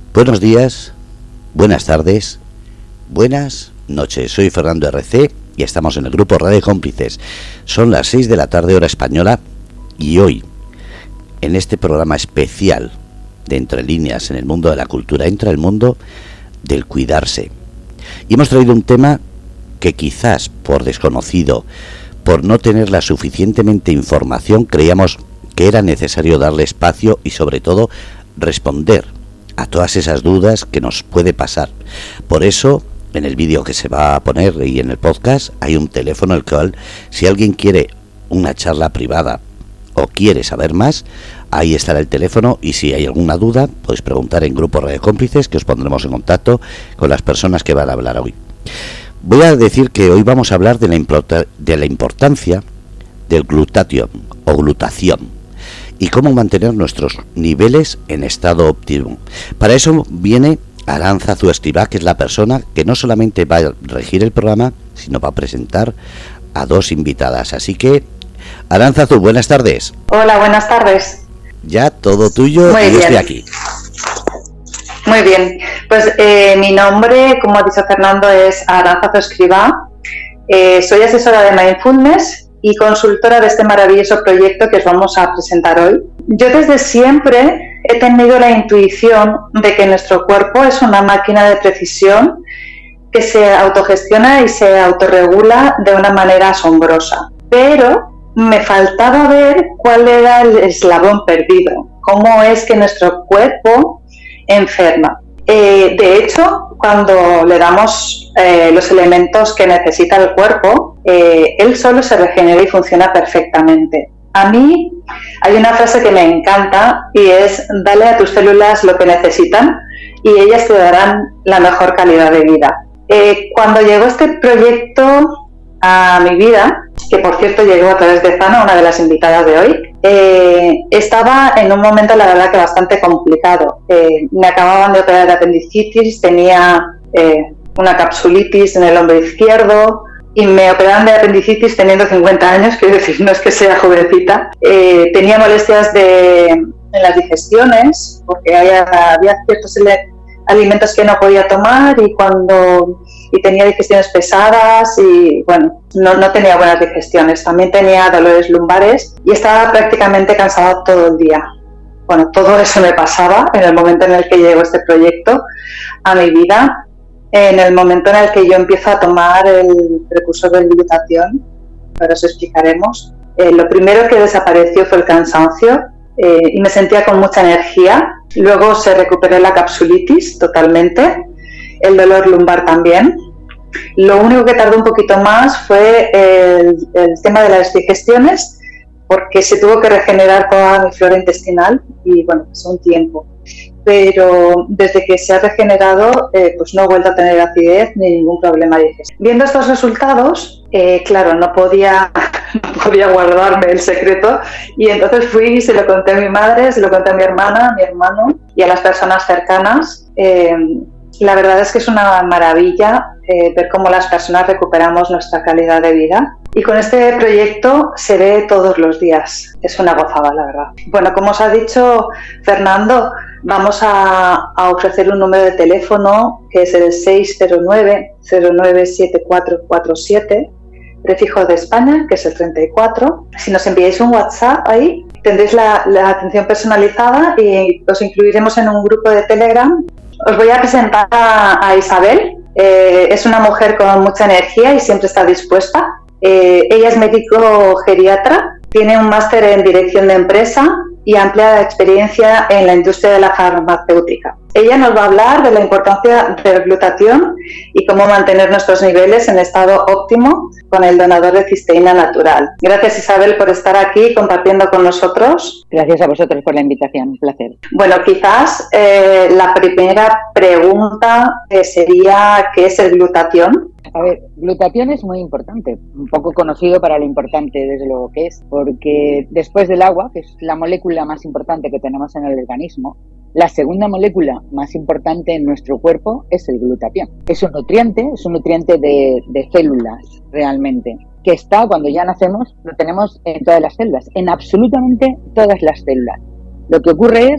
Buenos días, buenas tardes, buenas noches. Soy Fernando RC y estamos en el grupo Radio Cómplices. Son las 6 de la tarde, hora española, y hoy, en este programa especial de Entre Líneas en el mundo de la cultura, entra el mundo del cuidarse. Y hemos traído un tema que quizás por desconocido, por no tener la suficientemente información, creíamos que era necesario darle espacio y sobre todo responder a todas esas dudas que nos puede pasar. Por eso, en el vídeo que se va a poner y en el podcast hay un teléfono al cual, si alguien quiere una charla privada o quiere saber más, ahí estará el teléfono, y si hay alguna duda podéis preguntar en Grupo Radio Cómplices, que os pondremos en contacto con las personas que van a hablar hoy. Voy a decir que hoy vamos a hablar de la importancia del glutatión o glutación y cómo mantener nuestros niveles en estado óptimo. Para eso viene Arantzazu Escrivá, que es la persona que no solamente va a regir el programa, sino va a presentar a dos invitadas. Así que, Arantzazu, buenas tardes. Hola, buenas tardes. Ya todo tuyo. Muy y bien. yo estoy aquí. Muy bien, pues mi nombre, como ha dicho Fernando, es Arantzazu Escrivá. Soy asesora de Mindfulness y consultora de este maravilloso proyecto que os vamos a presentar hoy. Yo desde siempre he tenido la intuición de que nuestro cuerpo es una máquina de precisión que se autogestiona y se autorregula de una manera asombrosa. Pero me faltaba ver cuál era el eslabón perdido, cómo es que nuestro cuerpo enferma. De hecho, cuando le damos los elementos que necesita el cuerpo, él solo se regenera y funciona perfectamente. A mí hay una frase que me encanta y es: dale a tus células lo que necesitan y ellas te darán la mejor calidad de vida. Cuando llegó este proyecto a mi vida, que por cierto llegó a través de Zana, una de las invitadas de hoy, estaba en un momento, la verdad, que bastante complicado. Me acababan de operar de apendicitis, tenía una capsulitis en el hombro izquierdo y me operaron de apendicitis teniendo 50 años, quiero decir, no es que sea jovencita. Tenía molestias en las digestiones porque había ciertos alimentos que no podía tomar y tenía digestiones pesadas y bueno, no tenía buenas digestiones. También tenía dolores lumbares y estaba prácticamente cansada todo el día. Bueno, todo eso me pasaba en el momento en el que llegó este proyecto a mi vida, en el momento en el que yo empiezo a tomar el precursor de glutatión. Ahora os explicaremos. Lo primero que desapareció fue el cansancio y me sentía con mucha energía. Luego se recuperó la capsulitis totalmente, el dolor lumbar también. Lo único que tardó un poquito más fue el tema de las digestiones, porque se tuvo que regenerar toda mi flora intestinal y bueno, pasó un tiempo. Pero desde que se ha regenerado, pues no he vuelto a tener acidez ni ningún problema digestivo. Viendo estos resultados, claro, no podía guardarme el secreto, y entonces fui y se lo conté a mi madre, se lo conté a mi hermana, a mi hermano y a las personas cercanas. La verdad es que es una maravilla ver cómo las personas recuperamos nuestra calidad de vida. Y con este proyecto se ve todos los días. Es una gozada, la verdad. Bueno, como os ha dicho Fernando, vamos a ofrecer un número de teléfono que es el 609-097447, prefijo de España, que es el 34. Si nos enviáis un WhatsApp ahí, tendréis la atención personalizada y os incluiremos en un grupo de Telegram. Os voy a presentar a Isabel. Es una mujer con mucha energía y siempre está dispuesta. Ella es médico geriatra, tiene un máster en dirección de empresa y amplia experiencia en la industria de la farmacéutica. Ella nos va a hablar de la importancia del glutatión y cómo mantener nuestros niveles en estado óptimo con el donador de cisteína natural. Gracias, Isabel, por estar aquí compartiendo con nosotros. Gracias a vosotros por la invitación, un placer. Bueno, quizás la primera pregunta sería: ¿qué es el glutatión? A ver, glutatión es muy importante, un poco conocido para lo importante desde lo que es, porque después del agua, que es la molécula más importante que tenemos en el organismo, la segunda molécula más importante en nuestro cuerpo es el glutatión. Es un nutriente de células realmente, que está cuando ya nacemos, lo tenemos en todas las células, en absolutamente todas las células. Lo que ocurre es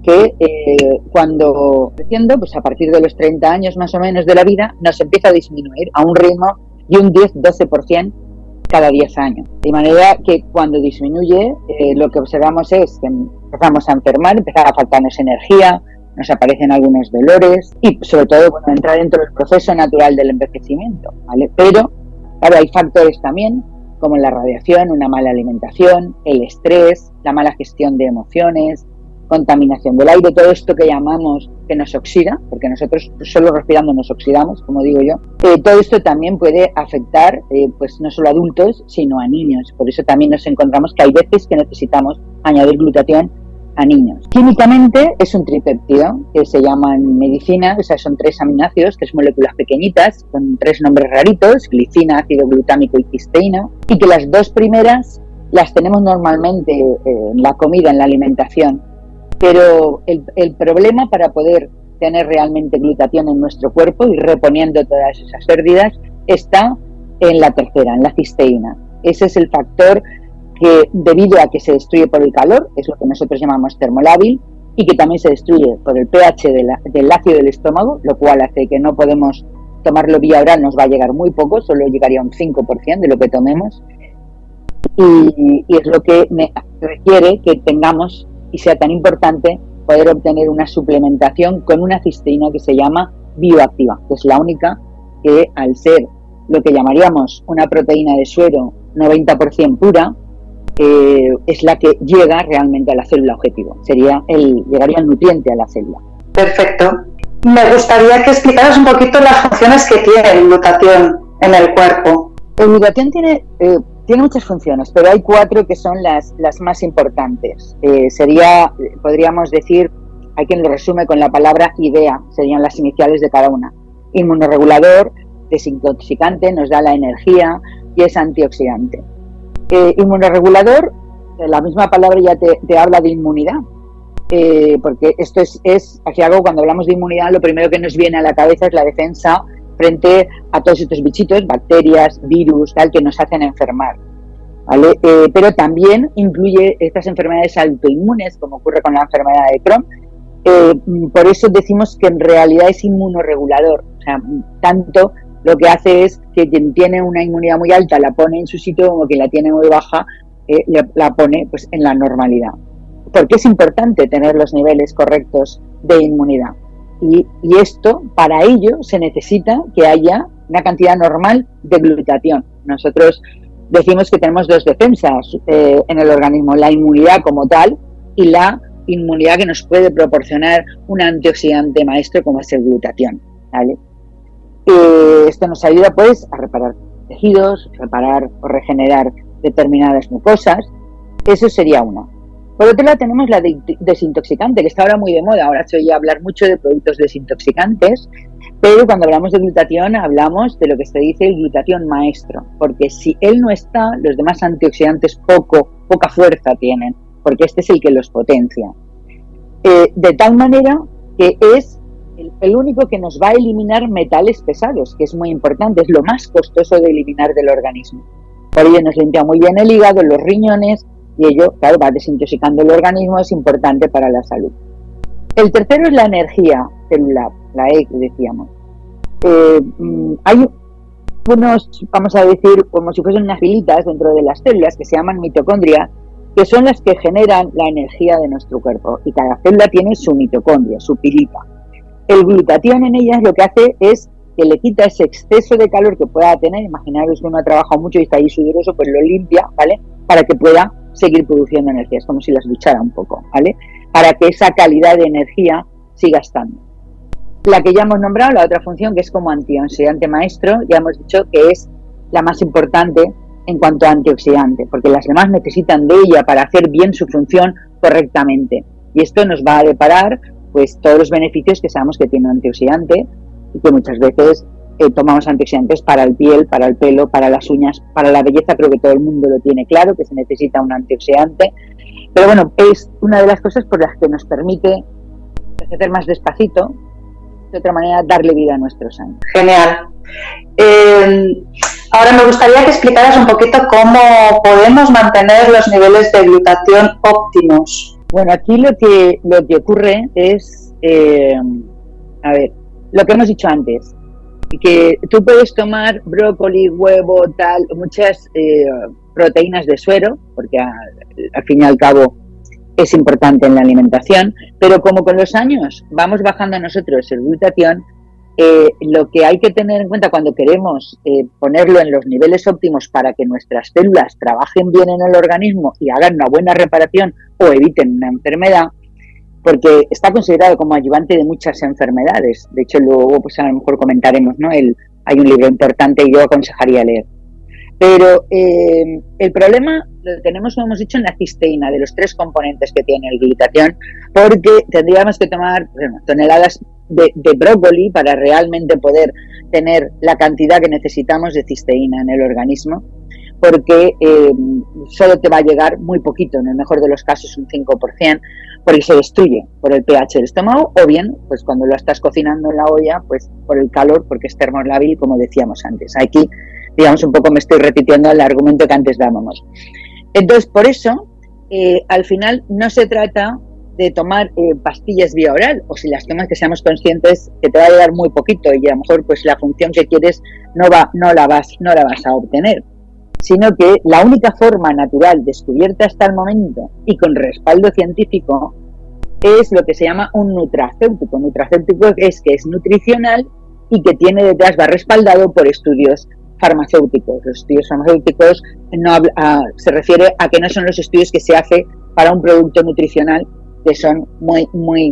que cuando creciendo, pues a partir de los 30 años más o menos de la vida, nos empieza a disminuir a un ritmo de un 10-12% cada 10 años. De manera que cuando disminuye, lo que observamos es que empezamos a enfermar, empezar a faltarnos energía, nos aparecen algunos dolores y sobre todo entrar dentro del proceso natural del envejecimiento, ¿vale? Pero, claro, hay factores también como la radiación, una mala alimentación, el estrés, la mala gestión de emociones, contaminación del aire, todo esto que llamamos que nos oxida, porque nosotros solo respirando nos oxidamos, como digo yo. Todo esto también puede afectar pues no solo a adultos, sino a niños. Por eso también nos encontramos que hay veces que necesitamos añadir glutatión a niños. Químicamente es un tripéptido que se llama en medicina, o sea, son 3 aminoácidos, 3 moléculas pequeñitas, con 3 nombres raritos, glicina, ácido glutámico y cisteína, y que las 2 primeras las tenemos normalmente en la comida, en la alimentación. Pero el problema para poder tener realmente glutatión en nuestro cuerpo y reponiendo todas esas pérdidas está en la tercera, en la cisteína. Ese es el factor que, debido a que se destruye por el calor, es lo que nosotros llamamos termolábil, y que también se destruye por el pH del ácido del estómago, lo cual hace que no podemos tomarlo vía oral, nos va a llegar muy poco, solo llegaría a un 5% de lo que tomemos, y es lo que requiere que tengamos y sea tan importante poder obtener una suplementación con una cisteína que se llama bioactiva, que es la única que, al ser lo que llamaríamos una proteína de suero 90% pura, es la que llega realmente a la célula objetivo. Llegaría el nutriente a la célula. Perfecto. Me gustaría que explicaras un poquito las funciones que tiene el glutatión en el cuerpo. El glutatión tiene muchas funciones, pero hay 4 que son las más importantes. Podríamos decir, hay quien lo resume con la palabra IDEA, serían las iniciales de cada una. Inmunoregulador, desintoxicante, nos da la energía y es antioxidante. Inmunoregulador, la misma palabra ya te habla de inmunidad, porque esto es cuando hablamos de inmunidad, lo primero que nos viene a la cabeza es la defensa frente a todos estos bichitos, bacterias, virus, tal, que nos hacen enfermar, ¿vale? Pero también incluye estas enfermedades autoinmunes, como ocurre con la enfermedad de Crohn. Por eso decimos que en realidad es inmunoregulador, o sea, tanto lo que hace es que quien tiene una inmunidad muy alta la pone en su sitio, como quien la tiene muy baja la pone pues en la normalidad. Porque es importante tener los niveles correctos de inmunidad. Y esto, para ello, se necesita que haya una cantidad normal de glutatión. Nosotros decimos que tenemos 2 defensas en el organismo, la inmunidad como tal y la inmunidad que nos puede proporcionar un antioxidante maestro como es el glutatión, ¿vale? Esto nos ayuda pues a reparar tejidos, reparar o regenerar determinadas mucosas. Eso sería una. Por otro lado tenemos la desintoxicante, que está ahora muy de moda. Ahora se oye hablar mucho de productos desintoxicantes, pero cuando hablamos de glutatión hablamos de lo que se dice el glutatión maestro, porque si él no está, los demás antioxidantes poca fuerza tienen, porque este es el que los potencia. De tal manera que es el único que nos va a eliminar metales pesados, que es muy importante, es lo más costoso de eliminar del organismo. Por ello nos limpia muy bien el hígado, los riñones, y ello, claro, va desintoxicando el organismo, es importante para la salud. El tercero es la energía celular, la E que decíamos. Hay unos, vamos a decir, como si fuesen unas filitas dentro de las células que se llaman mitocondrias, que son las que generan la energía de nuestro cuerpo, y cada célula tiene su mitocondria, su pilita. El glutatión en ellas lo que hace es que le quita ese exceso de calor que pueda tener. Imaginaros que uno ha trabajado mucho y está ahí sudoroso, pues lo limpia, ¿vale? Para que pueda seguir produciendo energía. Es como si las duchara un poco, ¿vale? Para que esa calidad de energía siga estando. La que ya hemos nombrado, la otra función, que es como antioxidante maestro, ya hemos dicho que es la más importante en cuanto a antioxidante, porque las demás necesitan de ella para hacer bien su función correctamente. Y esto nos va a deparar pues todos los beneficios que sabemos que tiene un antioxidante, y que muchas veces tomamos antioxidantes para el piel, para el pelo, para las uñas, para la belleza. Creo que todo el mundo lo tiene claro, que se necesita un antioxidante. Pero bueno, es una de las cosas por las que nos permite hacer más despacito, de otra manera darle vida a nuestro sangre. Genial. Ahora me gustaría que explicaras un poquito cómo podemos mantener los niveles de glutatión óptimos. Bueno, aquí lo que ocurre es, lo que hemos dicho antes, que tú puedes tomar brócoli, huevo, tal, muchas proteínas de suero, porque al fin y al cabo es importante en la alimentación, pero como con los años vamos bajando nosotros el glutatión, lo que hay que tener en cuenta cuando queremos ponerlo en los niveles óptimos para que nuestras células trabajen bien en el organismo y hagan una buena reparación o eviten una enfermedad, porque está considerado como ayudante de muchas enfermedades. De hecho, luego pues a lo mejor comentaremos, ¿no? Hay un libro importante y yo aconsejaría leer. Pero el problema lo tenemos, como hemos dicho, en la cisteína, de los 3 componentes que tiene el glutatión, porque tendríamos que tomar toneladas de brócoli para realmente poder tener la cantidad que necesitamos de cisteína en el organismo, porque solo te va a llegar muy poquito, en el mejor de los casos un 5%, porque se destruye por el pH del estómago, o bien, pues cuando lo estás cocinando en la olla, pues por el calor, porque es termolábil, como decíamos antes. Aquí, digamos, un poco me estoy repitiendo el argumento que antes dábamos. Entonces, por eso, al final no se trata de tomar pastillas vía oral, o si las tomas, que seamos conscientes que te va a llegar muy poquito y a lo mejor pues la función que quieres no la vas a obtener, sino que la única forma natural descubierta hasta el momento y con respaldo científico es lo que se llama un nutracéutico. Nutracéutico es que es nutricional y que tiene detrás, va respaldado por estudios farmacéuticos. Los estudios farmacéuticos se refiere a que no son los estudios que se hace para un producto nutricional, que son muy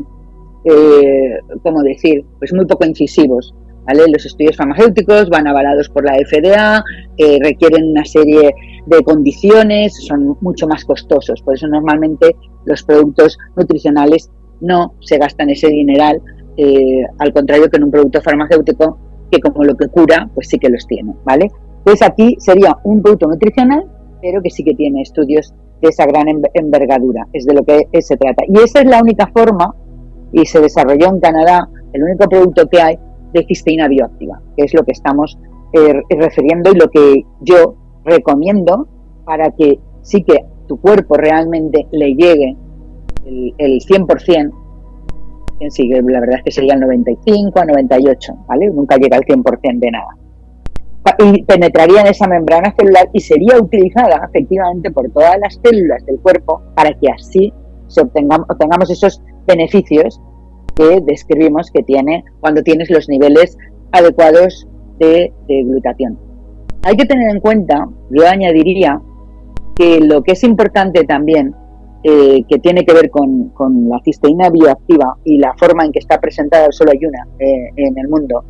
¿cómo decir? Pues muy poco incisivos, ¿vale? Los estudios farmacéuticos van avalados por la FDA, requieren una serie de condiciones, son mucho más costosos. Por eso normalmente los productos nutricionales no se gastan ese dineral, al contrario que en un producto farmacéutico, que como lo que cura, pues sí que los tiene, ¿vale? Entonces aquí sería un producto nutricional, pero que sí que tiene estudios de esa gran envergadura, es de lo que se trata. Y esa es la única forma, y se desarrolló en Canadá, el único producto que hay de cisteína bioactiva, que es lo que estamos refiriendo y lo que yo recomiendo para que sí que tu cuerpo realmente le llegue el 100%, sí, la verdad es que sería el 95 a 98, ¿vale? Nunca llega al 100% de nada. Y penetraría en esa membrana celular y sería utilizada efectivamente por todas las células del cuerpo para que así obtengamos esos beneficios que describimos que tiene cuando tienes los niveles adecuados de glutatión. Hay que tener en cuenta, yo añadiría, que lo que es importante también, que tiene que ver con la cisteína bioactiva y la forma en que está presentada, solo hay una en el mundo,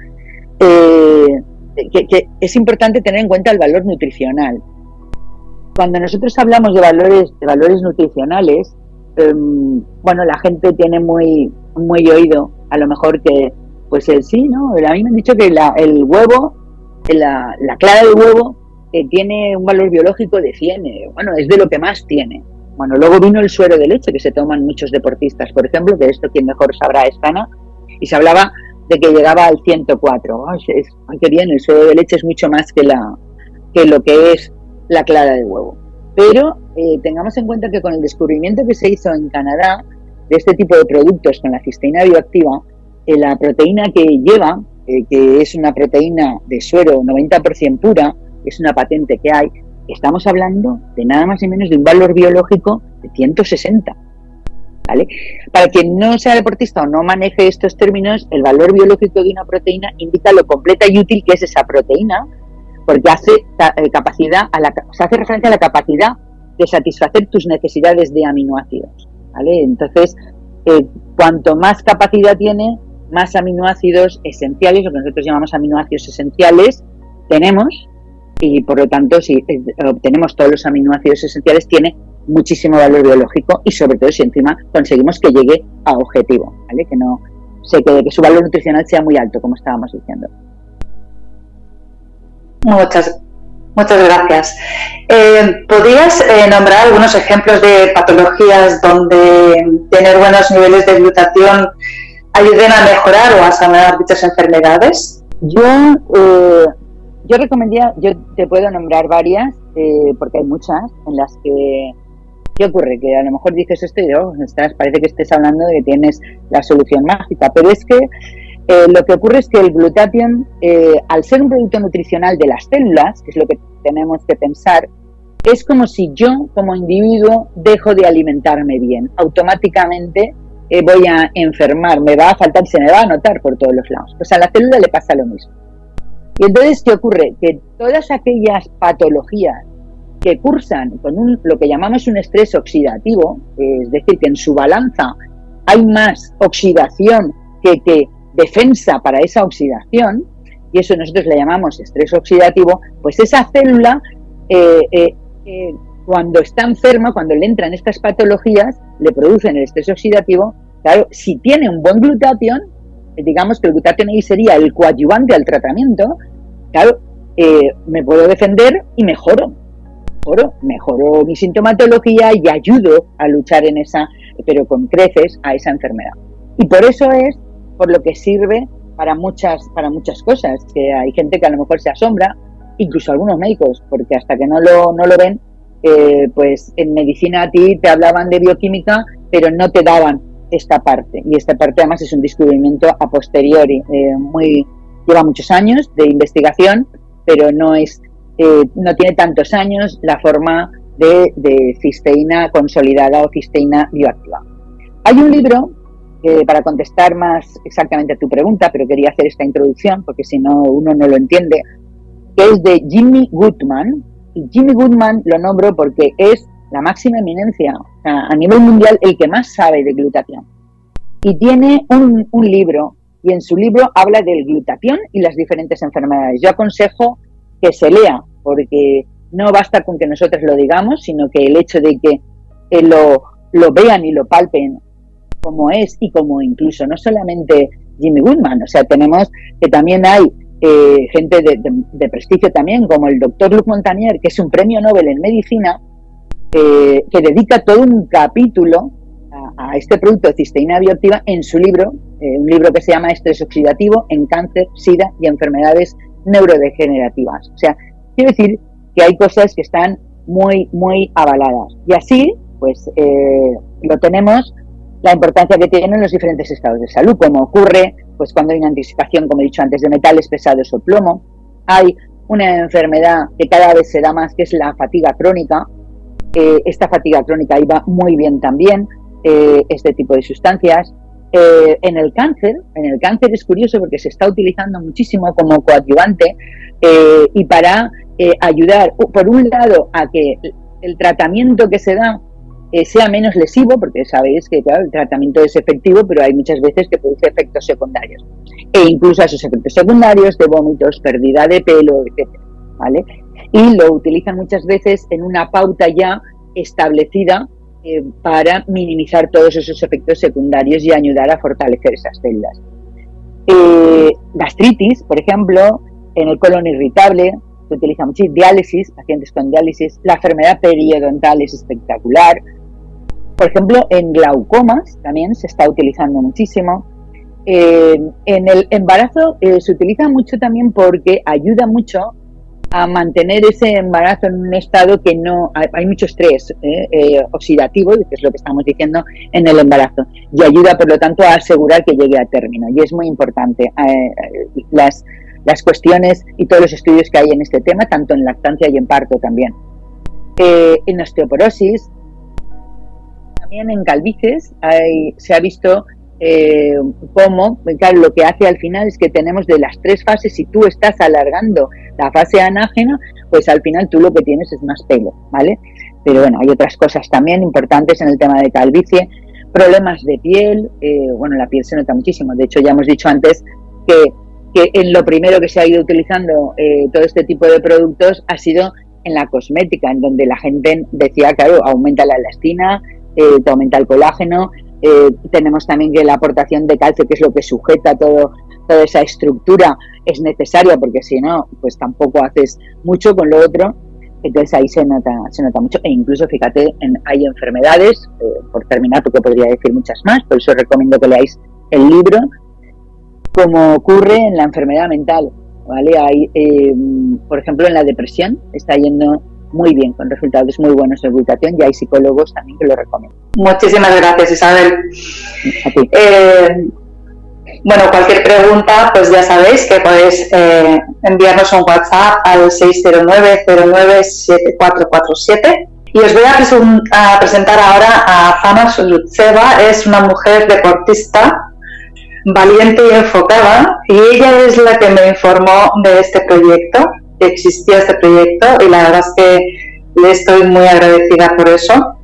que es importante tener en cuenta el valor nutricional. Cuando nosotros hablamos de valores nutricionales, bueno, la gente tiene muy oído, a lo mejor que, pues sí, ¿no? A mí me han dicho que el huevo, la clara del huevo, tiene un valor biológico de 100, bueno, es de lo que más tiene. Bueno, luego vino el suero de leche que se toman muchos deportistas, por ejemplo, que esto quien mejor sabrá es Ana, y se hablaba de que llegaba al 104. Ay, qué bien, el suero de leche es mucho más que lo que es la clara de huevo. Pero tengamos en cuenta que con el descubrimiento que se hizo en Canadá de este tipo de productos con la cisteína bioactiva, la proteína que lleva, que es una proteína de suero 90% pura, es una patente que hay, estamos hablando de nada más y menos de un valor biológico de 160. ¿Vale? Para quien no sea deportista o no maneje estos términos, el valor biológico de una proteína indica lo completa y útil que es esa proteína, porque hace referencia a la capacidad de satisfacer tus necesidades de aminoácidos, ¿vale? Entonces, cuanto más capacidad tiene, más aminoácidos esenciales, lo que nosotros llamamos aminoácidos esenciales, tenemos, y por lo tanto, si obtenemos todos los aminoácidos esenciales, tiene muchísimo valor biológico y sobre todo si encima conseguimos que llegue a objetivo, ¿vale? Que no se quede, que su valor nutricional sea muy alto, como estábamos diciendo. Muchas gracias. ¿Podrías nombrar algunos ejemplos de patologías donde tener buenos niveles de glutatión ayuden a mejorar o a sanar dichas enfermedades? Yo recomendaría, yo te puedo nombrar varias, porque hay muchas en las que ¿Qué ocurre? Que a lo mejor dices esto y parece que estés hablando de que tienes la solución mágica, pero es que lo que ocurre es que el glutatión, al ser un producto nutricional de las células, que es lo que tenemos que pensar, es como si yo, como individuo, dejo de alimentarme bien. Automáticamente voy a enfermar, me va a faltar, se me va a notar por todos los lados. Pues a la célula le pasa lo mismo. Y entonces, ¿qué ocurre? Que todas aquellas patologías que cursan con lo que llamamos un estrés oxidativo, es decir, que en su balanza hay más oxidación que defensa para esa oxidación, y eso nosotros le llamamos estrés oxidativo, pues esa célula, cuando está enferma, cuando le entran estas patologías, le producen el estrés oxidativo. Claro, si tiene un buen glutatión, digamos que el glutatión ahí sería el coadyuvante al tratamiento, claro, me puedo defender y mejoro mi sintomatología y ayudo a luchar pero con creces, a esa enfermedad. Y por eso es por lo que sirve para muchas cosas, que hay gente que a lo mejor se asombra, incluso algunos médicos, porque hasta que no lo ven, pues en medicina a ti te hablaban de bioquímica, pero no te daban esta parte, y esta parte además es un descubrimiento a posteriori, lleva muchos años de investigación, pero no tiene tantos años la forma de cisteína consolidada o cisteína bioactiva. Hay un libro, para contestar más exactamente a tu pregunta, pero quería hacer esta introducción porque si no uno no lo entiende, que es de Jimmy Goodman, y Jimmy Goodman lo nombro porque es la máxima eminencia, o sea, a nivel mundial el que más sabe de glutatión. Y tiene un libro, y en su libro habla del glutatión y las diferentes enfermedades. Yo aconsejo que se lea, porque no basta con que nosotros lo digamos, sino que el hecho de que lo vean y lo palpen como es, y como incluso no solamente Jimmy Goodman, o sea, tenemos que también hay gente de prestigio también, como el doctor Luc Montagnier, que es un premio Nobel en medicina, que dedica todo un capítulo a este producto de cisteína bioactiva en su libro, un libro que se llama Estrés oxidativo en cáncer, SIDA y enfermedades neurodegenerativas. O sea, quiero decir que hay cosas que están muy, muy avaladas. Y así, pues, lo tenemos, la importancia que tienen los diferentes estados de salud, como ocurre pues cuando hay una intoxicación, como he dicho antes, de metales pesados o plomo. Hay una enfermedad que cada vez se da más, que es la fatiga crónica. Esta fatiga crónica iba muy bien también, este tipo de sustancias. En el cáncer es curioso porque se está utilizando muchísimo como coadyuvante y para ayudar, por un lado, a que el tratamiento que se da sea menos lesivo, porque sabéis que claro, el tratamiento es efectivo, pero hay muchas veces que produce efectos secundarios, e incluso a esos efectos secundarios de vómitos, pérdida de pelo, etc., ¿vale? Y lo utilizan muchas veces en una pauta ya establecida para minimizar todos esos efectos secundarios y ayudar a fortalecer esas células. Gastritis, por ejemplo, en el colon irritable se utiliza mucho, diálisis, pacientes con diálisis, la enfermedad periodontal es espectacular. Por ejemplo, en glaucomas también se está utilizando muchísimo. En el embarazo se utiliza mucho también porque ayuda mucho a mantener ese embarazo en un estado que no hay mucho estrés oxidativo, que es lo que estamos diciendo en el embarazo, y ayuda por lo tanto a asegurar que llegue a término, y es muy importante las cuestiones y todos los estudios que hay en este tema, tanto en lactancia y en parto también. En osteoporosis, también en calvicies se ha visto cómo, claro, lo que hace al final es que tenemos de las 3 fases, si tú estás alargando la fase anágena, pues al final tú lo que tienes es más pelo, ¿vale? Pero bueno, hay otras cosas también importantes en el tema de calvicie, problemas de piel, bueno, la piel se nota muchísimo, de hecho ya hemos dicho antes que en lo primero que se ha ido utilizando todo este tipo de productos ha sido en la cosmética, en donde la gente decía, claro, aumenta la elastina, te aumenta el colágeno. Tenemos también que la aportación de calcio, que es lo que sujeta toda esa estructura, es necesaria, porque si no, pues tampoco haces mucho con lo otro. Entonces ahí se nota mucho, e incluso fíjate, hay enfermedades, por terminar, porque podría decir muchas más, por eso recomiendo que leáis el libro, como ocurre en la enfermedad mental, ¿vale? Hay, por ejemplo, en la depresión está yendo muy bien, con resultados muy buenos en rehabilitación, y hay psicólogos también que lo recomiendan. Muchísimas gracias, Isabel. A ti. Bueno, cualquier pregunta, pues ya sabéis que podéis enviarnos un WhatsApp al 609-097447. Y os voy a presentar ahora a Zana Sulutseva. Es una mujer deportista valiente y enfocada, y ella es la que me informó de este proyecto, que existía este proyecto, y la verdad es que le estoy muy agradecida por eso,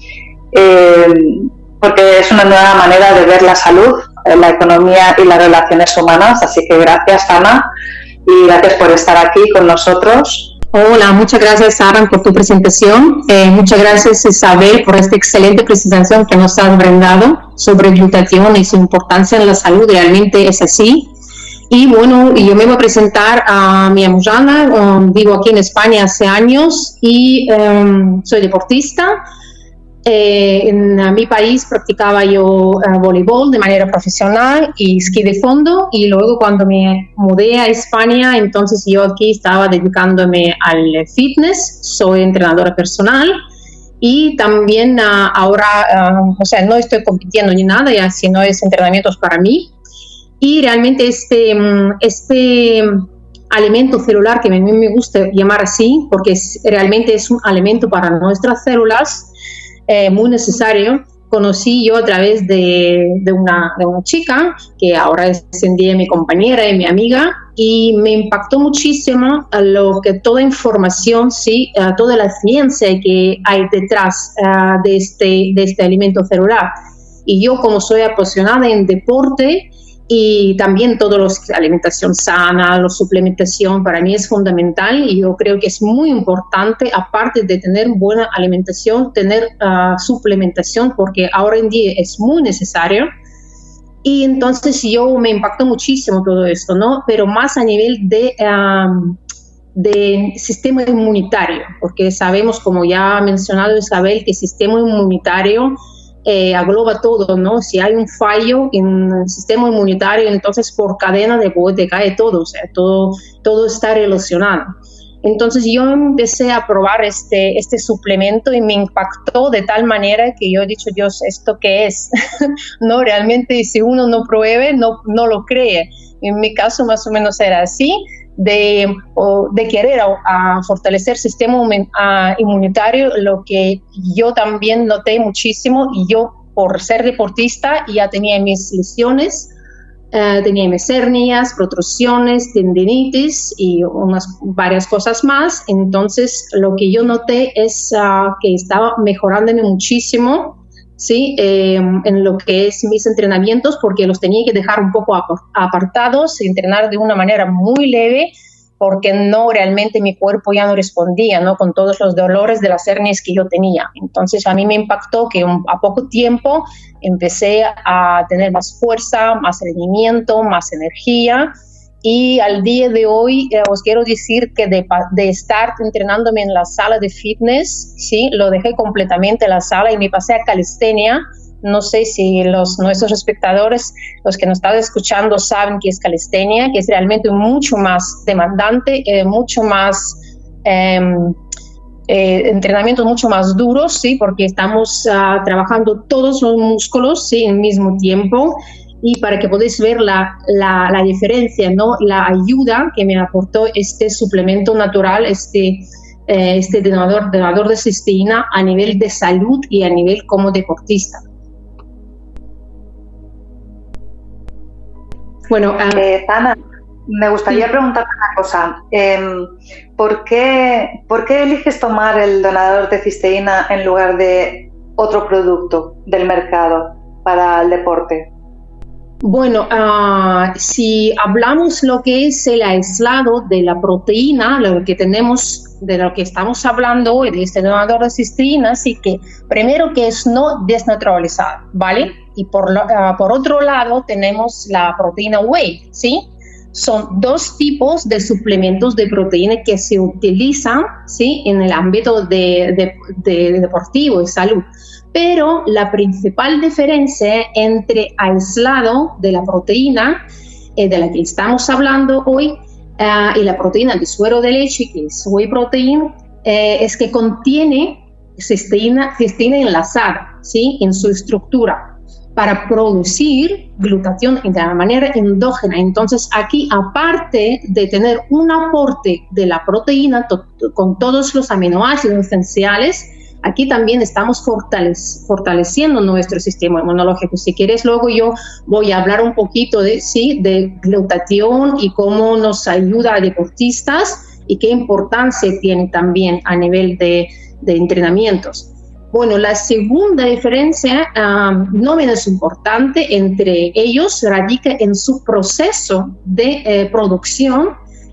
porque es una nueva manera de ver la salud, la economía y las relaciones humanas. Así que gracias, Zana, y gracias por estar aquí con nosotros. Hola, muchas gracias, Sara, por tu presentación. Muchas gracias, Isabel, por esta excelente presentación que nos has brindado sobre glutatión y su importancia en la salud. Realmente es así. Y bueno, yo me voy a presentar a mi llamo Jana, vivo aquí en España hace años y soy deportista. En mi país practicaba yo voleibol de manera profesional y esquí de fondo, y luego cuando me mudé a España, entonces yo aquí estaba dedicándome al fitness. Soy entrenadora personal y también ahora, o sea, no estoy compitiendo ni nada, ya, sino es entrenamientos para mí. Y realmente este alimento celular, que a mí me gusta llamar así, porque realmente es un alimento para nuestras células, muy necesario. Conocí yo a través de una chica que ahora es en día mi compañera y mi amiga, y me impactó muchísimo toda información, sí, toda la ciencia que hay detrás de este alimento celular. Y yo, como soy apasionada en deporte, y también todo lo que alimentación sana, la suplementación, para mí es fundamental, y yo creo que es muy importante, aparte de tener buena alimentación, tener suplementación, porque ahora en día es muy necesario. Y entonces yo me impactó muchísimo todo esto, ¿no? Pero más a nivel de sistema inmunitario, porque sabemos, como ya ha mencionado Isabel, que el sistema inmunitario agloba todo, ¿no? Si hay un fallo en el sistema inmunitario, entonces por cadena de cae todo, o sea, todo está relacionado. Entonces yo empecé a probar este suplemento y me impactó de tal manera que yo he dicho, Dios, ¿esto qué es? No, realmente si uno no pruebe, no lo cree. En mi caso más o menos era así, de querer fortalecer el sistema inmunitario, lo que yo también noté muchísimo. Y yo, por ser deportista, ya tenía mis lesiones, tenía mis hernias, protrusiones, tendinitis y varias cosas más. Entonces lo que yo noté es que estaba mejorándome muchísimo, ¿sí? En lo que es mis entrenamientos, porque los tenía que dejar un poco apartados, entrenar de una manera muy leve, porque no, realmente mi cuerpo ya no respondía, ¿no? Con todos los dolores de las hernias que yo tenía. Entonces a mí me impactó que a poco tiempo empecé a tener más fuerza, más rendimiento, más energía. Y al día de hoy os quiero decir que de estar entrenándome en la sala de fitness, ¿sí? Lo dejé completamente la sala y me pasé a calistenia. No sé si nuestros espectadores, los que nos están escuchando, saben qué es calistenia, que es realmente mucho más demandante, mucho más entrenamientos mucho más duros, ¿sí? Porque estamos trabajando todos los músculos, ¿sí? Al mismo tiempo. Y para que podáis ver la diferencia, ¿no? La ayuda que me aportó este suplemento natural, este donador de cisteína a nivel de salud y a nivel como deportista. Bueno, Zana, me gustaría preguntarte una cosa. ¿Por qué eliges tomar el donador de cisteína en lugar de otro producto del mercado para el deporte? Bueno, si hablamos lo que es el aislado de la proteína, lo que tenemos, de lo que estamos hablando hoy, de este donador de cisteína, así que primero que es no desnaturalizado, ¿vale? Y por otro lado tenemos la proteína whey, ¿sí? Son dos tipos de suplementos de proteína que se utilizan, ¿sí? En el ámbito de deportivo y salud. Pero la principal diferencia entre aislado de la proteína de la que estamos hablando hoy y la proteína de suero de leche, que es whey protein, es que contiene cisteína enlazada, ¿sí?, en su estructura para producir glutatión de la manera endógena. Entonces, aquí, aparte de tener un aporte de la proteína con todos los aminoácidos esenciales, aquí también estamos fortaleciendo nuestro sistema inmunológico. Si quieres, luego yo voy a hablar un poquito de glutatión y cómo nos ayuda a deportistas y qué importancia tiene también a nivel de entrenamientos. Bueno, la segunda diferencia, no menos importante entre ellos, radica en su proceso de producción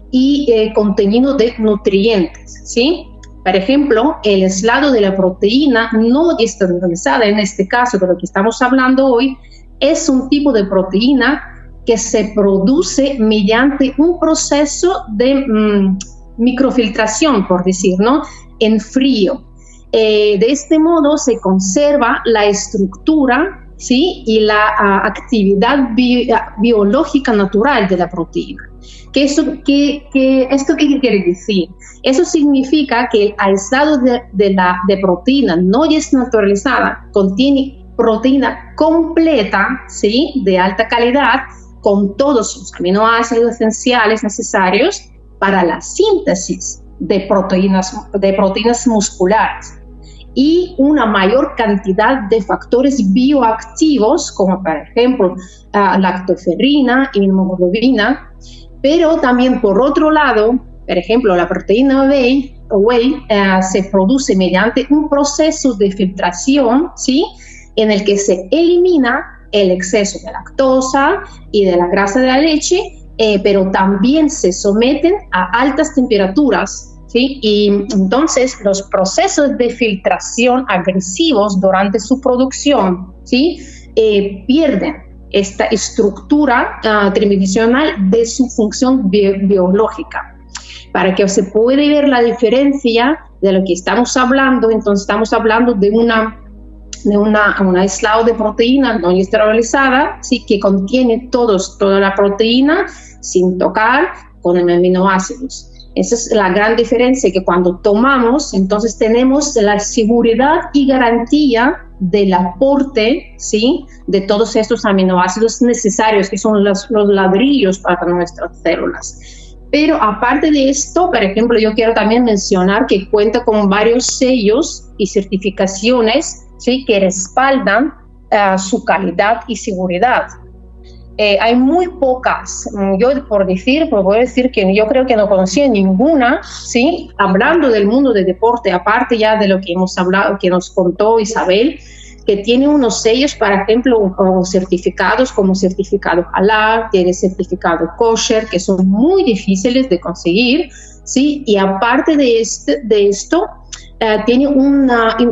y contenido de nutrientes, ¿sí? Por ejemplo, el aislado de la proteína no estandarizada, en este caso de lo que estamos hablando hoy, es un tipo de proteína que se produce mediante un proceso de microfiltración, por decir, ¿no?, en frío. De este modo se conserva la estructura, ¿sí?, y la actividad biológica natural de la proteína. ¿Esto qué quiere decir? Eso significa que el aislado de proteína no es naturalizada, contiene proteína completa, ¿sí?, de alta calidad, con todos los aminoácidos esenciales necesarios para la síntesis de proteínas musculares y una mayor cantidad de factores bioactivos, como por ejemplo lactoferrina y hemoglobina, pero también por otro lado, por ejemplo, la proteína whey se produce mediante un proceso de filtración, ¿sí?, en el que se elimina el exceso de lactosa y de la grasa de la leche, pero también se someten a altas temperaturas, ¿sí? Y entonces los procesos de filtración agresivos durante su producción, ¿sí?, pierden esta estructura tridimensional de su función biológica. Para que se pueda ver la diferencia de lo que estamos hablando, entonces estamos hablando de un aislado de proteína no esterilizada, ¿sí?, que contiene toda la proteína sin tocar con aminoácidos. Esa es la gran diferencia, que cuando tomamos, entonces tenemos la seguridad y garantía del aporte, ¿sí?, de todos estos aminoácidos necesarios, que son los ladrillos para nuestras células. Pero aparte de esto, por ejemplo, yo quiero también mencionar que cuenta con varios sellos y certificaciones, ¿sí?, que respaldan su calidad y seguridad. Hay muy pocas, puedo decir que yo creo que no conocía ninguna, ¿sí?, hablando del mundo del deporte, aparte ya de lo que hemos hablado, que nos contó Isabel, que tiene unos sellos, por ejemplo, certificados como certificado halal, tiene certificado kosher, que son muy difíciles de conseguir, ¿sí? Y aparte de esto, tiene un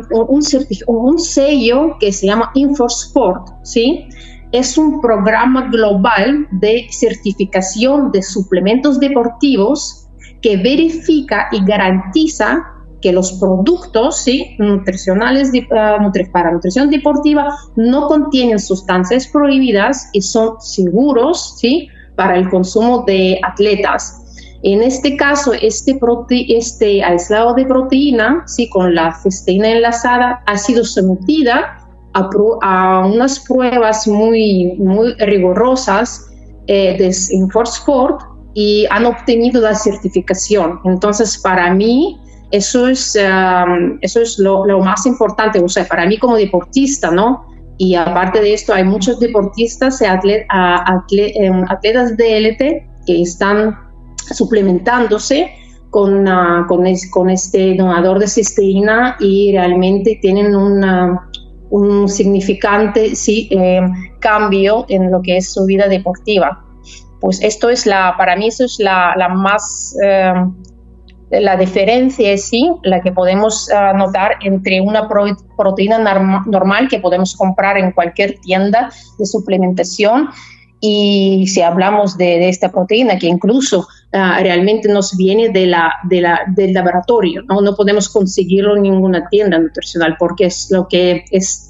sello que se llama InfoSport, ¿sí? Es un programa global de certificación de suplementos deportivos que verifica y garantiza que los productos, ¿sí?, nutricionales para nutrición deportiva no contienen sustancias prohibidas y son seguros, ¿sí?, para el consumo de atletas. En este caso, este aislado de proteína, ¿sí?, con la cisteína enlazada, ha sido sometida a unas pruebas muy, muy rigurosas de InfoSport y han obtenido la certificación. Entonces, para mí, eso es lo más importante, o sea, para mí como deportista, ¿no? Y aparte de esto, hay muchos deportistas y atletas de élite que están suplementándose con este donador de cisteína y realmente tienen un significante cambio en lo que es su vida deportiva. Pues esto es para mí eso es la más... la diferencia es la que podemos notar entre una proteína normal que podemos comprar en cualquier tienda de suplementación y si hablamos de esta proteína que incluso realmente nos viene del laboratorio, ¿no? No podemos conseguirlo en ninguna tienda nutricional porque es lo que es...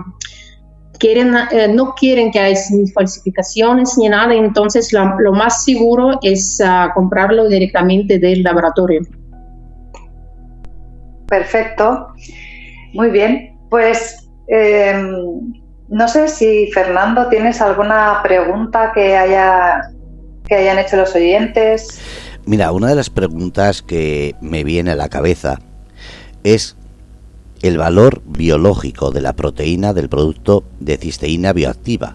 no quieren que haya ni falsificaciones ni nada, entonces lo más seguro es comprarlo directamente del laboratorio. Perfecto. Muy bien. Pues no sé si, Fernando, tienes alguna pregunta que hayan hecho los oyentes. Mira, una de las preguntas que me viene a la cabeza es el valor biológico de la proteína del producto de cisteína bioactiva.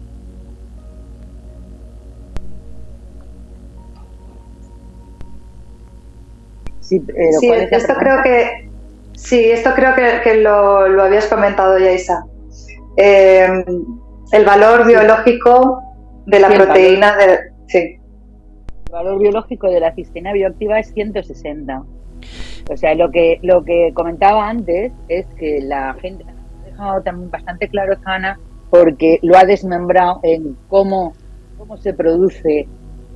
Sí, esto creo que lo habías comentado ya, Isa. El valor biológico de la proteína El valor biológico de la cisteína bioactiva es 160. O sea, lo que comentaba antes es que la gente ha dejado también bastante claro, Hanna, porque lo ha desmembrado en cómo se produce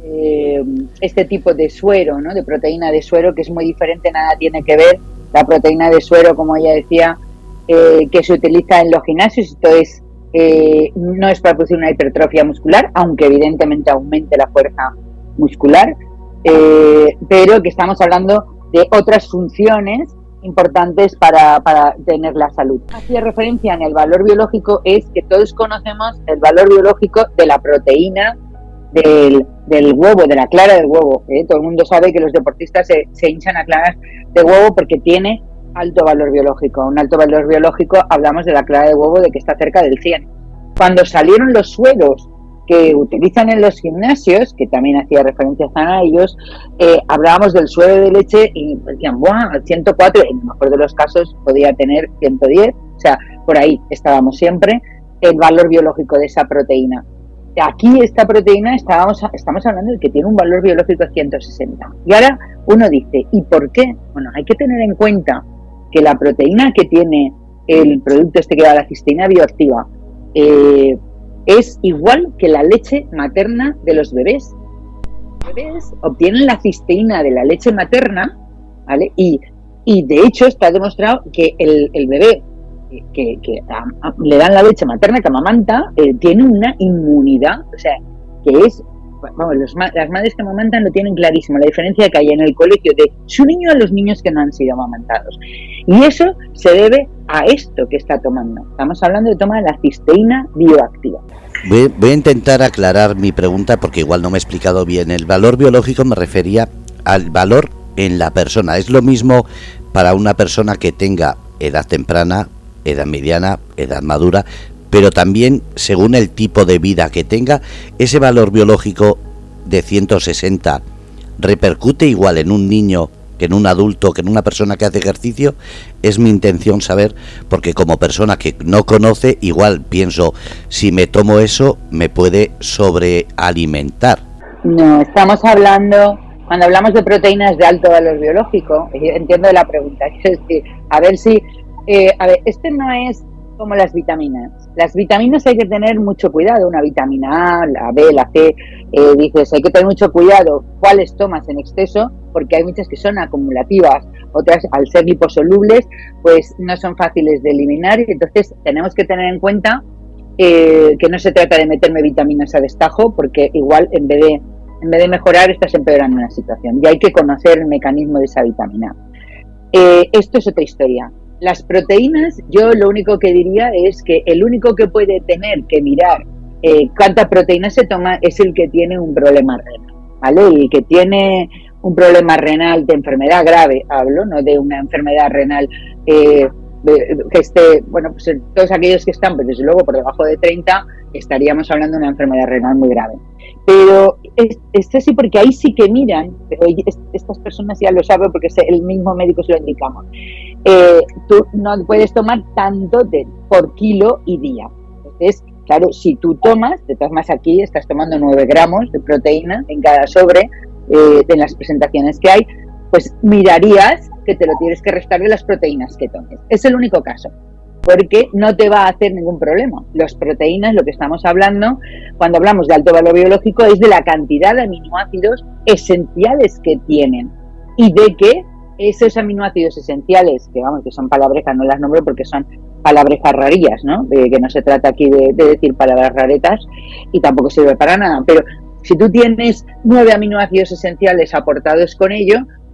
este tipo de suero, ¿no? De proteína de suero, que es muy diferente, nada tiene que ver. La proteína de suero, como ella decía, que se utiliza en los gimnasios, entonces no es para producir una hipertrofia muscular, aunque evidentemente aumente la fuerza muscular, pero que estamos hablando de otras funciones importantes para tener la salud. Hacía referencia en el valor biológico, es que todos conocemos el valor biológico de la proteína del huevo, de la clara del huevo. Todo el mundo sabe que los deportistas se hinchan a claras de huevo porque tiene alto valor biológico. Un alto valor biológico, hablamos de la clara de huevo, de que está cerca del 100. Cuando salieron los sueros que utilizan en los gimnasios, que también hacía referencia a ellos, hablábamos del suero de leche y decían, ¡buah! 104, en el mejor de los casos podía tener 110, o sea, por ahí estábamos siempre, el valor biológico de esa proteína. Aquí esta proteína estamos hablando de que tiene un valor biológico de 160. Y ahora uno dice, ¿y por qué? Bueno, hay que tener en cuenta que la proteína que tiene el producto que lleva la cisteína bioactiva es igual que la leche materna de los bebés. Los bebés obtienen la cisteína de la leche materna, ¿vale? Y de hecho está demostrado que el bebé que le dan la leche materna, que amamanta, tiene una inmunidad, o sea, que es, vamos, las madres que amamantan lo tienen clarísimo, la diferencia que hay en el colegio de su niño a los niños que no han sido amamantados. Y eso se debe a esto que está tomando. Estamos hablando de tomar la cisteína bioactiva. Voy a intentar aclarar mi pregunta porque igual no me he explicado bien. El valor biológico me refería al valor en la persona. Es lo mismo para una persona que tenga edad temprana, edad mediana, edad madura, pero también según el tipo de vida que tenga, ese valor biológico de 160 repercute igual en un niño que en un adulto, que en una persona que hace ejercicio. Es mi intención saber, porque como persona que no conoce, igual pienso, si me tomo eso, me puede sobrealimentar. No, estamos hablando, cuando hablamos de proteínas de alto valor biológico, entiendo la pregunta, es decir, este no es como las vitaminas. Las vitaminas hay que tener mucho cuidado, una vitamina A, la B, la C, dices, hay que tener mucho cuidado cuáles tomas en exceso, porque hay muchas que son acumulativas, otras al ser liposolubles, pues no son fáciles de eliminar, y entonces tenemos que tener en cuenta que no se trata de meterme vitaminas a destajo, porque igual en vez de mejorar estás empeorando una situación, y hay que conocer el mecanismo de esa vitamina. Esto es otra historia. Las proteínas, yo lo único que diría es que el único que puede tener que mirar cuánta proteína se toma es el que tiene un problema renal, ¿vale? El que tiene un problema renal de enfermedad grave, hablo, no de una enfermedad renal que esté, bueno, pues todos aquellos que están, pues desde luego por debajo de 30, estaríamos hablando de una enfermedad renal muy grave. Pero es así porque ahí sí que miran, estas personas ya lo saben porque el mismo médico se lo indicamos. Tú no puedes tomar tanto por kilo y día. Entonces, claro, si tú tomas, de todas maneras aquí estás tomando 9 gramos de proteína en cada sobre de las presentaciones que hay, pues mirarías que te lo tienes que restar de las proteínas que tomes. Es el único caso, porque no te va a hacer ningún problema. Las proteínas, lo que estamos hablando, cuando hablamos de alto valor biológico, es de la cantidad de aminoácidos esenciales que tienen y de que esos aminoácidos esenciales, que vamos, que son palabrejas, no las nombro porque son palabrejas rarillas, ¿no? Que no se trata aquí de decir palabras raretas y tampoco sirve para nada, pero si tú tienes 9 aminoácidos esenciales aportados con ello, pues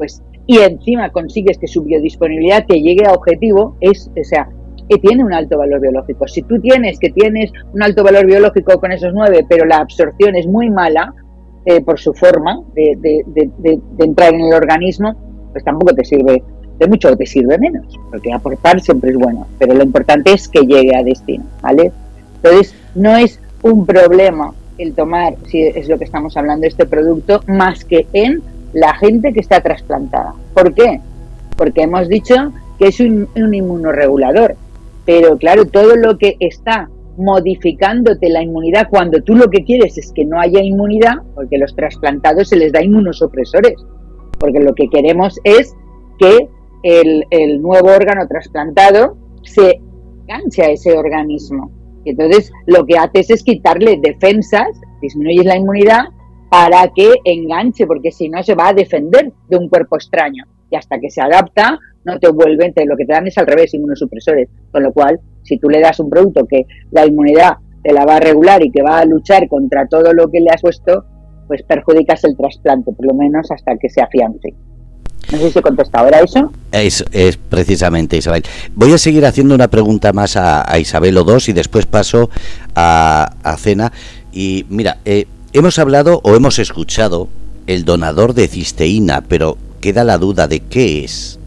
y encima consigues que su biodisponibilidad te llegue a objetivo, que tiene un alto valor biológico. Si tú tienes un alto valor biológico con esos 9, pero la absorción es muy mala por su forma de entrar en el organismo, pues tampoco te sirve de mucho o te sirve menos, porque aportar siempre es bueno, pero lo importante es que llegue a destino, ¿vale? Entonces, no es un problema el tomar, si es lo que estamos hablando, este producto, más que en la gente que está trasplantada. ¿Por qué? Porque hemos dicho que es un inmunorregulador, pero claro, todo lo que está modificándote la inmunidad cuando tú lo que quieres es que no haya inmunidad, porque a los trasplantados se les da inmunosupresores, porque lo que queremos es que el nuevo órgano trasplantado se enganche a ese organismo. Y entonces lo que haces es quitarle defensas, disminuyes la inmunidad para que enganche, porque si no se va a defender de un cuerpo extraño. Y hasta que se adapta, no te vuelven, lo que te dan es al revés, inmunosupresores. Con lo cual, si tú le das un producto que la inmunidad te la va a regular y que va a luchar contra todo lo que le has puesto, pues perjudicas el trasplante, por lo menos hasta que se afiance. No sé si he contestado, ¿era eso? Es precisamente, Isabel. Voy a seguir haciendo una pregunta más a Isabel O2 y después paso a Cena. Y mira, hemos hablado o hemos escuchado el donador de cisteína, pero queda la duda de qué es.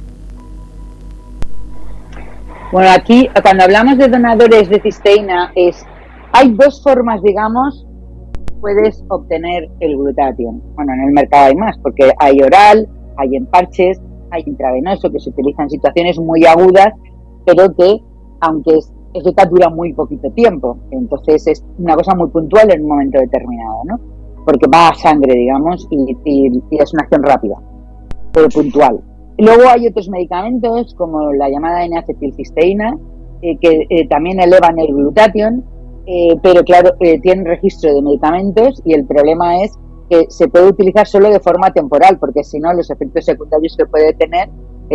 Bueno, aquí cuando hablamos de donadores de cisteína hay dos formas, digamos, puedes obtener el glutatión. Bueno, en el mercado hay más, porque hay oral, hay en parches, hay intravenoso, que se utiliza en situaciones muy agudas, pero que, aunque es eficaz, dura muy poquito tiempo. Entonces es una cosa muy puntual en un momento determinado, ¿no? Porque va a sangre, digamos, y es una acción rápida, pero puntual. Luego hay otros medicamentos, como la llamada N-acetilcisteína, que también elevan el glutatión, pero claro, tienen registro de medicamentos y el problema es que se puede utilizar solo de forma temporal, porque si no, los efectos secundarios que puede tener,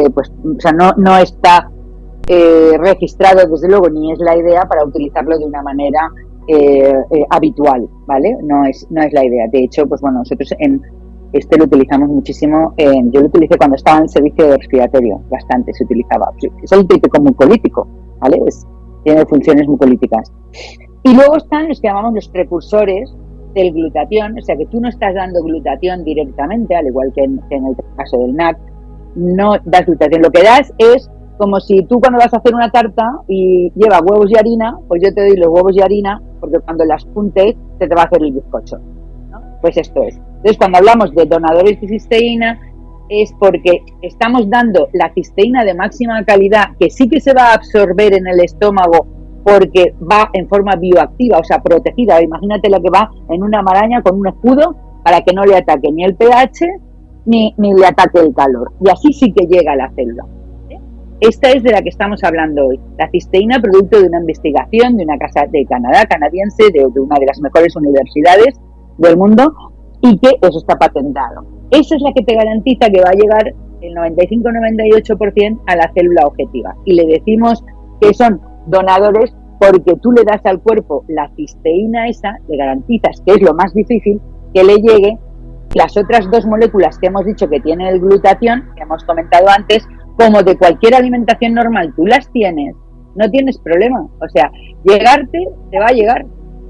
no está registrado, desde luego, ni es la idea para utilizarlo de una manera habitual, ¿vale? No es la idea. De hecho, pues bueno, nosotros lo utilizamos muchísimo. Yo lo utilicé cuando estaba en servicio respiratorio, bastante se utilizaba. Es el típico mucolítico, ¿vale? Tiene funciones mucolíticas. Y luego están los que llamamos los precursores del glutatión, o sea que tú no estás dando glutatión directamente, al igual que en el caso del NAC, no das glutatión. Lo que das es como si tú cuando vas a hacer una tarta y lleva huevos y harina, pues yo te doy los huevos y harina, porque cuando las juntes se te va a hacer el bizcocho, ¿no? Pues esto es. Entonces, cuando hablamos de donadores de cisteína, es porque estamos dando la cisteína de máxima calidad, que sí que se va a absorber en el estómago, porque va en forma bioactiva, o sea, protegida. Imagínate la que va en una maraña con un escudo para que no le ataque ni el pH ni le ataque el calor. Y así sí que llega a la célula. Esta es de la que estamos hablando hoy. La cisteína, producto de una investigación de una casa de Canadá, canadiense, de una de las mejores universidades del mundo, y que eso está patentado. Esa es la que te garantiza que va a llegar el 95-98% a la célula objetiva. Y le decimos que son donadores porque tú le das al cuerpo la cisteína esa, le garantizas, que es lo más difícil, que le llegue las otras dos moléculas que hemos dicho que tienen el glutatión, que hemos comentado antes, como de cualquier alimentación normal tú las tienes, no tienes problema. O sea, llegarte te va a llegar.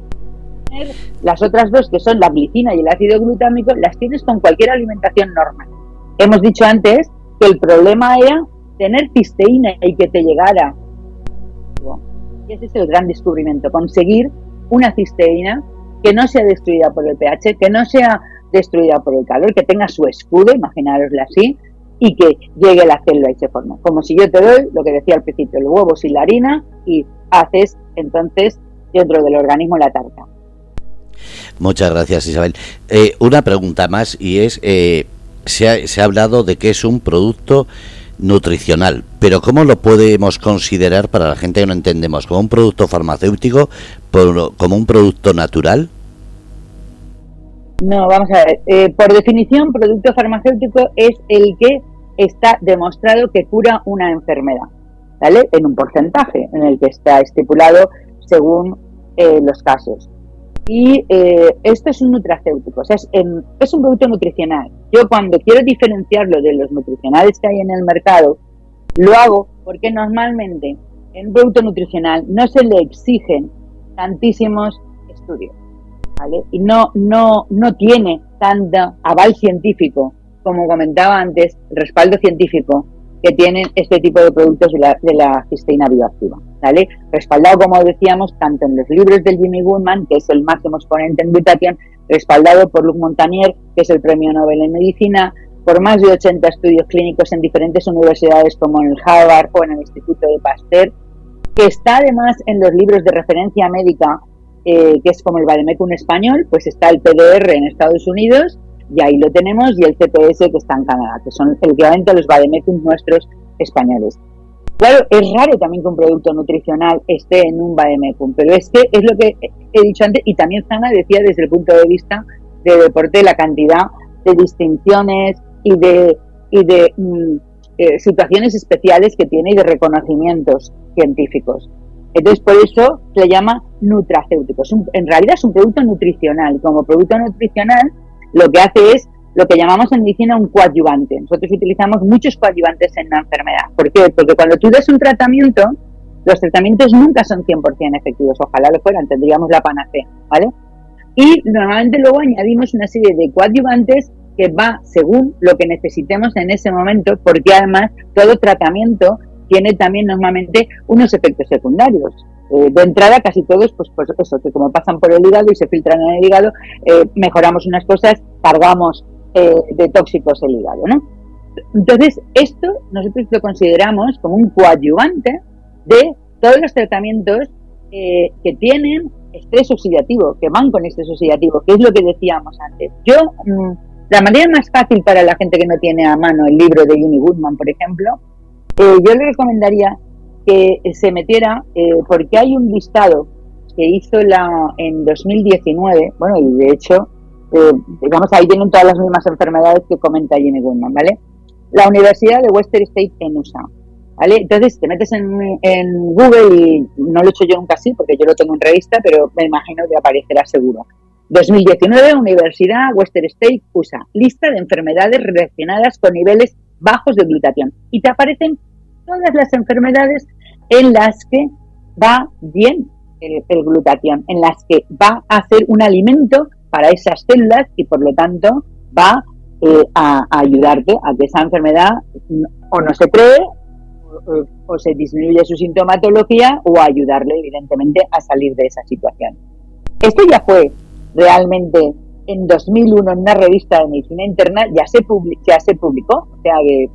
Las otras dos, que son la glicina y el ácido glutámico, las tienes con cualquier alimentación normal. Hemos dicho antes que el problema era tener cisteína y que te llegara. Y ese es el gran descubrimiento, conseguir una cisteína que no sea destruida por el pH, que no sea destruida por el calor, que tenga su escudo, imaginároslo así, y que llegue a la célula y se forme. Como si yo te doy, lo que decía al principio, los huevos y la harina, y haces entonces dentro del organismo la tarta. Muchas gracias, Isabel. Una pregunta más, y es, se ha hablado de que es un producto nutricional, pero ¿cómo lo podemos considerar para la gente que no entendemos? ¿Como un producto farmacéutico? ¿Como un producto natural? No, vamos a ver. Por definición, producto farmacéutico es el que está demostrado que cura una enfermedad, ¿vale? En un porcentaje en el que está estipulado según los casos. Y esto es un nutracéutico, o sea, es un producto nutricional. Yo cuando quiero diferenciarlo de los nutricionales que hay en el mercado, lo hago porque normalmente en un producto nutricional no se le exigen tantísimos estudios, ¿vale? Y no tiene tanto aval científico, como comentaba antes, el respaldo científico que tienen este tipo de productos de la cisteína bioactiva, ¿vale? Respaldado, como decíamos, tanto en los libros del Jimmy Goodman, que es el máximo exponente en glutatión, respaldado por Luc Montagnier, que es el premio Nobel en Medicina, por más de 80 estudios clínicos en diferentes universidades como en el Harvard o en el Instituto de Pasteur, que está además en los libros de referencia médica, que es como el Vademecum español, pues está el PDR en Estados Unidos, y ahí lo tenemos, y el CPS que está en Canadá, que son el equivalente a los Vademecum nuestros españoles. Claro, es raro también que un producto nutricional esté en un Vademecum, pero es que es lo que he dicho antes, y también Zana decía desde el punto de vista de deporte la cantidad de distinciones y de situaciones especiales que tiene y de reconocimientos científicos. Entonces, por eso se le llama nutracéutico. En realidad es un producto nutricional. Como producto nutricional, lo que hace es lo que llamamos en medicina un coadyuvante. Nosotros utilizamos muchos coadyuvantes en la enfermedad. ¿Por qué? Porque cuando tú das un tratamiento, los tratamientos nunca son 100% efectivos. Ojalá lo fueran, tendríamos la panacea, ¿vale? Y normalmente luego añadimos una serie de coadyuvantes que va según lo que necesitemos en ese momento, porque además todo tratamiento tiene también normalmente unos efectos secundarios. De entrada casi todos, pues eso, que como pasan por el hígado y se filtran en el hígado, mejoramos unas cosas, cargamos de tóxicos el hígado, ¿no? Entonces, esto nosotros lo consideramos como un coadyuvante de todos los tratamientos que tienen estrés oxidativo, que van con estrés oxidativo, que es lo que decíamos antes. La manera más fácil para la gente que no tiene a mano el libro de Jimmy Goodman, por ejemplo, yo le recomendaría que se metiera, porque hay un listado que hizo en 2019, bueno, y de hecho, digamos, ahí tienen todas las mismas enfermedades que comenta Jimmy Goodman, ¿vale? La Universidad de Western State en USA, ¿vale? Entonces te metes en Google, y no lo he hecho yo nunca así, porque yo lo tengo en revista, pero me imagino que aparecerá seguro. 2019, Universidad Western State USA, lista de enfermedades relacionadas con niveles bajos de glutatión. Y te aparecen todas las enfermedades en las que va bien el glutatión, en las que va a ser un alimento para esas células y por lo tanto va a ayudarte a que esa enfermedad o no se cree o se disminuye su sintomatología o a ayudarle evidentemente a salir de esa situación. Esto ya fue realmente en 2001 en una revista de medicina interna, ya se publicó, o sea que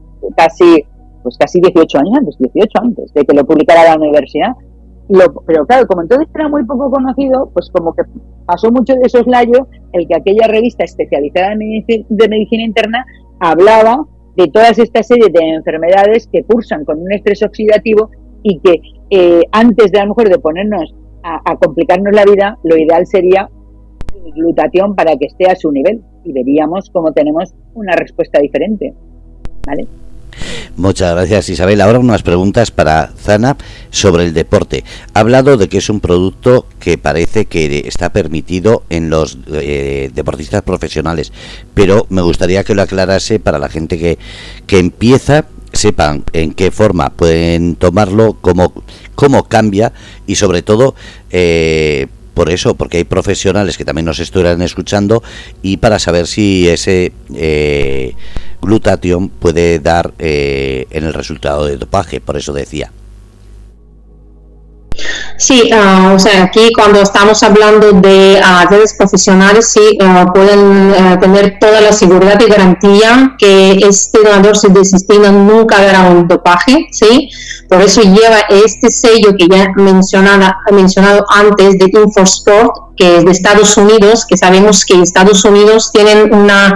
casi 18 años antes de que lo publicara la universidad. Pero claro, como entonces era muy poco conocido, pues como que pasó mucho de soslayo el que aquella revista especializada de medicina interna hablaba de todas esta serie de enfermedades que cursan con un estrés oxidativo y que antes de a lo mejor de ponernos a complicarnos la vida, lo ideal sería glutatión para que esté a su nivel y veríamos cómo tenemos una respuesta diferente, ¿vale? Muchas gracias, Isabel. Ahora unas preguntas para Zana sobre el deporte. Ha hablado de que es un producto que parece que está permitido en los deportistas profesionales, pero me gustaría que lo aclarase para la gente que empieza, sepan en qué forma pueden tomarlo, cómo cambia y sobre todo por eso, porque hay profesionales que también nos estuvieran escuchando y para saber si ese glutatión puede dar en el resultado de dopaje, por eso decía. Sí, o sea, aquí cuando estamos hablando de atletas profesionales, sí, pueden tener toda la seguridad y garantía que este donador de cisteína nunca hará un dopaje, ¿sí? Por eso lleva este sello que ya he mencionado antes de InfoSport, que es de Estados Unidos, que sabemos que Estados Unidos tienen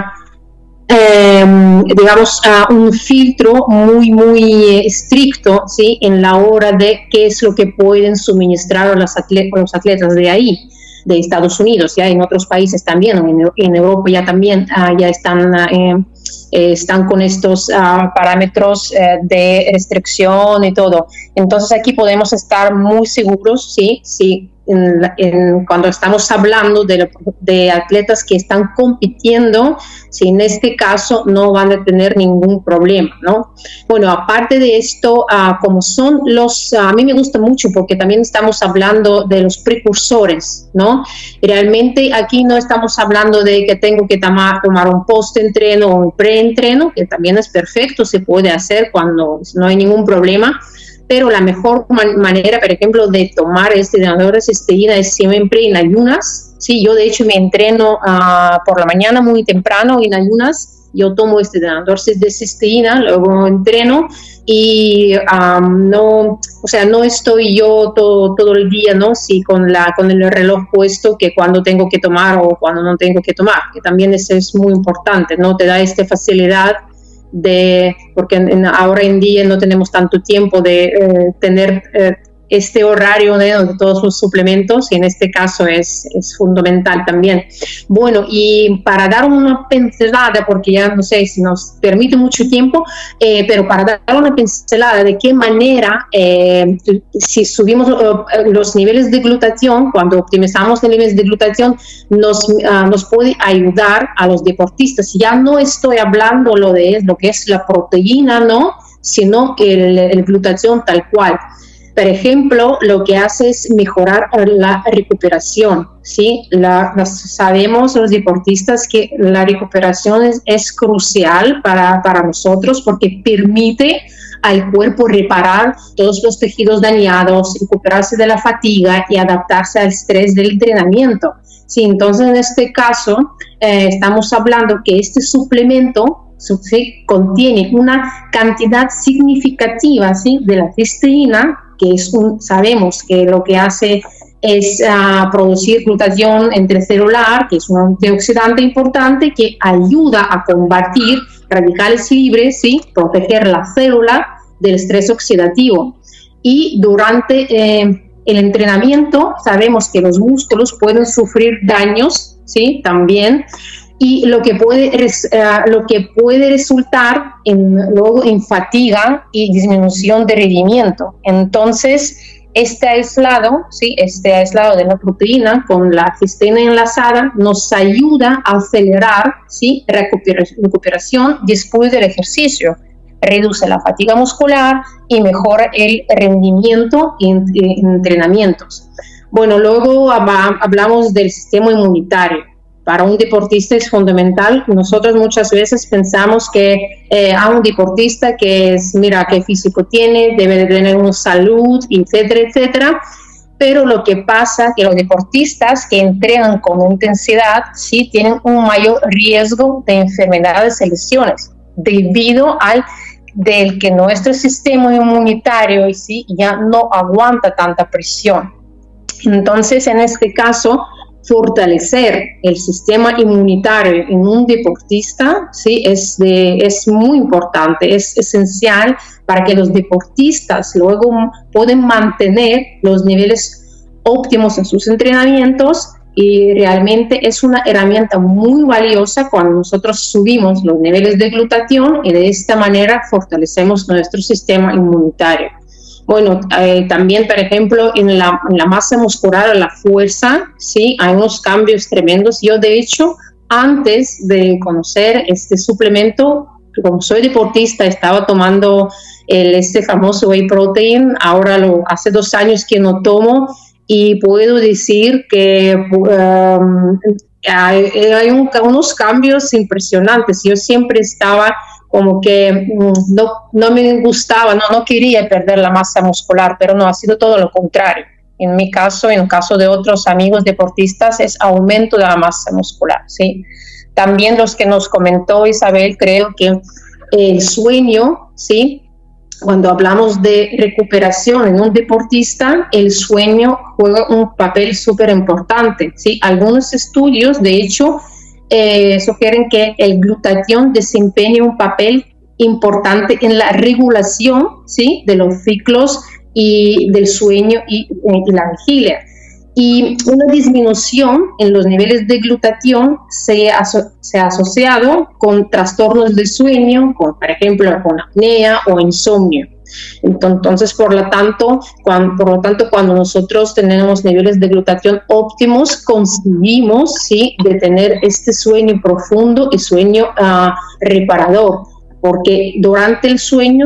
un filtro muy estricto, ¿sí? En la hora de qué es lo que pueden suministrar a los atletas de ahí, de Estados Unidos. Ya en otros países también, en Europa ya también ya están están con estos parámetros de restricción y todo. Entonces aquí podemos estar muy seguros, sí, cuando estamos hablando de atletas que están compitiendo, si en este caso no van a tener ningún problema, ¿no? Bueno, aparte de esto, como son a mí me gusta mucho porque también estamos hablando de los precursores, ¿no? Realmente aquí no estamos hablando de que tengo que tomar un post-entreno o un pre-entreno, que también es perfecto, se puede hacer cuando no hay ningún problema. Pero la mejor manera, por ejemplo, de tomar este drenador de cisteína es siempre en ayunas. Sí, yo de hecho me entreno por la mañana muy temprano en ayunas. Yo tomo este drenador de cisteína, luego entreno y no estoy yo todo el día, ¿no? Sí, con el reloj puesto que cuando tengo que tomar o cuando no tengo que tomar, que también es muy importante, ¿no? Te da esta facilidad porque ahora en día no tenemos tanto tiempo de tener este horario de todos los suplementos, y en este caso es fundamental también. Bueno, y para dar una pincelada, porque ya no sé si nos permite mucho tiempo, pero para dar una pincelada de qué manera, si subimos los niveles de glutatión, cuando optimizamos los niveles de glutatión, nos puede ayudar a los deportistas. Ya no estoy hablando lo que es la proteína, ¿no? Sino el glutatión tal cual. Por ejemplo, lo que hace es mejorar la recuperación, ¿sí? Sabemos los deportistas que la recuperación es crucial para nosotros porque permite al cuerpo reparar todos los tejidos dañados, recuperarse de la fatiga y adaptarse al estrés del entrenamiento. Sí, entonces en este caso estamos hablando que este suplemento contiene una cantidad significativa, ¿sí? De la cisteína, que sabemos que lo que hace es producir glutatión intracelular, que es un antioxidante importante que ayuda a combatir radicales libres, ¿sí? Proteger la célula del estrés oxidativo. Y durante el entrenamiento sabemos que los músculos pueden sufrir daños, ¿sí? También, y lo que puede resultar luego en fatiga y disminución de rendimiento. Entonces, este aislado de la proteína con la cisteína enlazada nos ayuda a acelerar, ¿sí? recuperación después del ejercicio, reduce la fatiga muscular y mejora el rendimiento en entrenamientos. Bueno, luego hablamos del sistema inmunitario. Para un deportista es fundamental. Nosotros muchas veces pensamos que a un deportista qué físico tiene, debe de tener una salud, etcétera, etcétera. Pero lo que pasa es que los deportistas que entrenan con intensidad sí tienen un mayor riesgo de enfermedades y lesiones debido del que nuestro sistema inmunitario ¿sí? ya no aguanta tanta presión. Entonces, en este caso, fortalecer el sistema inmunitario en un deportista ¿sí? es muy importante, es esencial para que los deportistas luego puedan mantener los niveles óptimos en sus entrenamientos, y realmente es una herramienta muy valiosa cuando nosotros subimos los niveles de glutatión y de esta manera fortalecemos nuestro sistema inmunitario. Bueno, también, por ejemplo, en la masa muscular o la fuerza, sí, hay unos cambios tremendos. Yo, de hecho, antes de conocer este suplemento, como soy deportista, estaba tomando este famoso whey protein. Ahora hace 2 años que no tomo, y puedo decir que hay unos cambios impresionantes. Yo siempre estaba como que no me gustaba, no quería perder la masa muscular, pero no, ha sido todo lo contrario. En mi caso, en el caso de otros amigos deportistas, es aumento de la masa muscular, ¿sí? También los que nos comentó Isabel, creo que el sueño, ¿sí? Cuando hablamos de recuperación en un deportista, el sueño juega un papel súper importante, ¿sí? Algunos estudios, de hecho, sugieren que el glutatión desempeña un papel importante en la regulación, ¿sí? de los ciclos y del sueño y la vigilia. y una disminución en los niveles de glutatión se ha asociado con trastornos del sueño, por ejemplo, con apnea o insomnio. Entonces, por lo tanto, cuando nosotros tenemos niveles de glutatión óptimos, conseguimos, ¿sí?, de tener este sueño profundo y sueño reparador, porque durante el sueño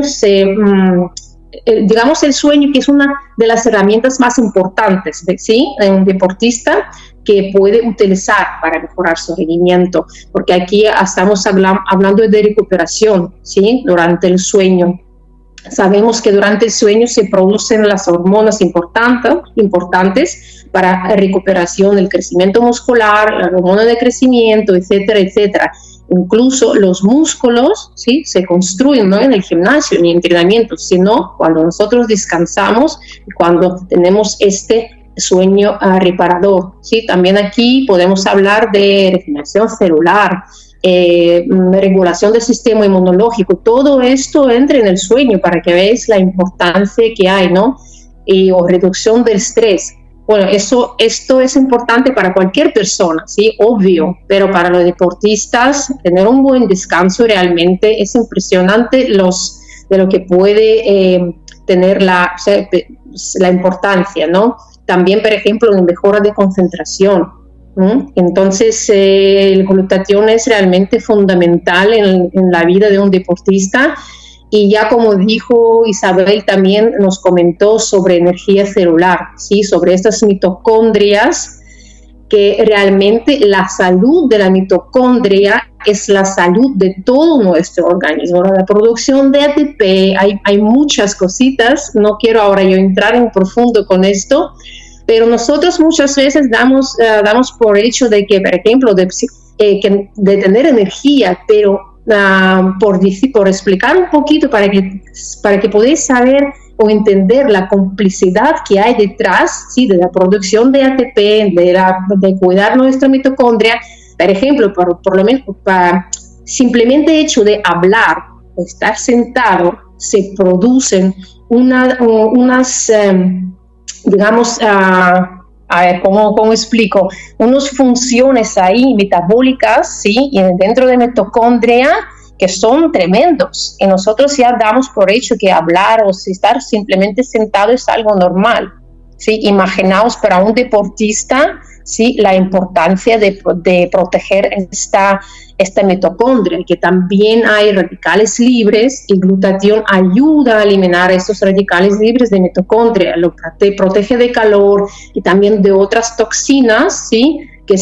digamos el sueño, que es una de las herramientas más importantes, ¿sí?, de un deportista que puede utilizar para mejorar su rendimiento, porque aquí estamos hablando de recuperación, ¿sí?, durante el sueño. Sabemos que durante el sueño se producen las hormonas importantes para recuperación del crecimiento muscular, la hormona de crecimiento, etcétera, etcétera. Incluso los músculos, ¿sí?, se construyen, no en el gimnasio ni en entrenamiento, sino cuando nosotros descansamos, cuando tenemos este sueño reparador, ¿sí? También aquí podemos hablar de regeneración celular, regulación del sistema inmunológico. Todo esto entra en el sueño para que veáis la importancia que hay, ¿no? O reducción del estrés. Bueno, esto es importante para cualquier persona, ¿sí? Obvio, pero para los deportistas tener un buen descanso realmente es impresionante de lo que puede tener la importancia, ¿no? También, por ejemplo, en mejora de concentración. Entonces, el glutatión es realmente fundamental en la vida de un deportista. Y ya como dijo Isabel, también nos comentó sobre energía celular, ¿sí?, sobre estas mitocondrias, que realmente la salud de la mitocondria es la salud de todo nuestro organismo. La producción de ATP, hay muchas cositas, no quiero ahora yo entrar en profundo con esto, pero nosotros muchas veces damos por hecho de que, por ejemplo, de tener energía, pero por explicar un poquito para que podáis saber o entender la complicidad que hay detrás, ¿sí?, de la producción de ATP, de cuidar nuestra mitocondria. Por ejemplo, por lo menos simplemente el hecho de hablar, de estar sentado, se producen unas digamos, a ver, ¿cómo explico? Unas funciones ahí metabólicas, ¿sí?, y dentro de mitocondria que son tremendos. Y nosotros ya damos por hecho que hablar o estar simplemente sentado es algo normal, ¿sí? Imaginaos para un deportista, ¿sí?, la importancia de proteger esta mitocondria, que también hay radicales libres, y glutatión ayuda a eliminar estos radicales libres de mitocondria, lo protege de calor y también de otras toxinas, ¿sí?,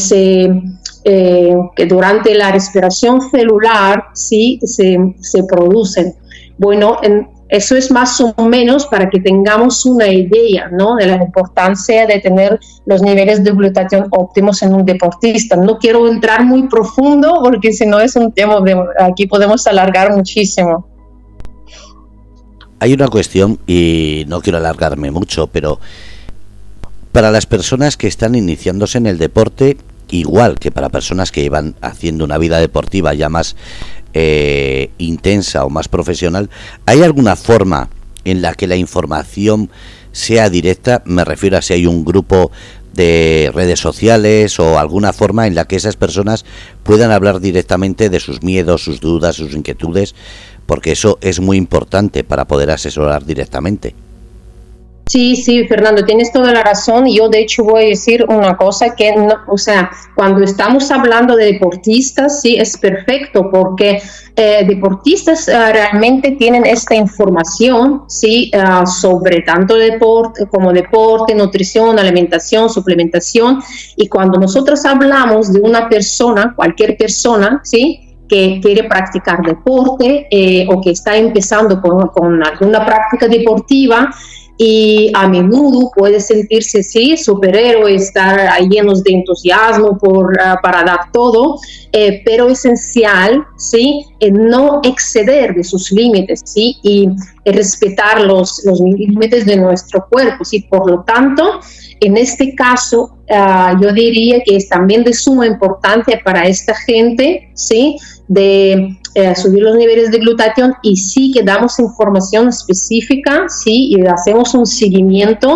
que durante la respiración celular, ¿sí?, se producen. Bueno, eso es más o menos para que tengamos una idea, ¿no?, de la importancia de tener los niveles de glutatión óptimos en un deportista. No quiero entrar muy profundo porque si no es un tema aquí podemos alargar muchísimo. Hay una cuestión, y no quiero alargarme mucho, pero para las personas que están iniciándose en el deporte, igual que para personas que llevan haciendo una vida deportiva ya más intensa o más profesional, ¿hay alguna forma en la que la información sea directa? Me refiero a si hay un grupo de redes sociales o alguna forma en la que esas personas puedan hablar directamente de sus miedos, sus dudas, sus inquietudes, porque eso es muy importante para poder asesorar directamente. Sí, Fernando, tienes toda la razón. Yo, de hecho, voy a decir una cosa que, no, o sea, cuando estamos hablando de deportistas, sí, es perfecto, porque deportistas realmente tienen esta información, sí, sobre tanto deporte, nutrición, alimentación, suplementación, y cuando nosotros hablamos de una persona, cualquier persona, sí, que quiere practicar deporte o que está empezando con alguna práctica deportiva, y a menudo puede sentirse, sí, superhéroe, estar ahí llenos de entusiasmo para dar todo, pero esencial, sí, no exceder de sus límites, sí, y respetar los límites de nuestro cuerpo, sí. Por lo tanto, en este caso, yo diría que es también de suma importancia para esta gente, sí, de subir los niveles de glutatión, y sí que damos información específica, sí, y hacemos un seguimiento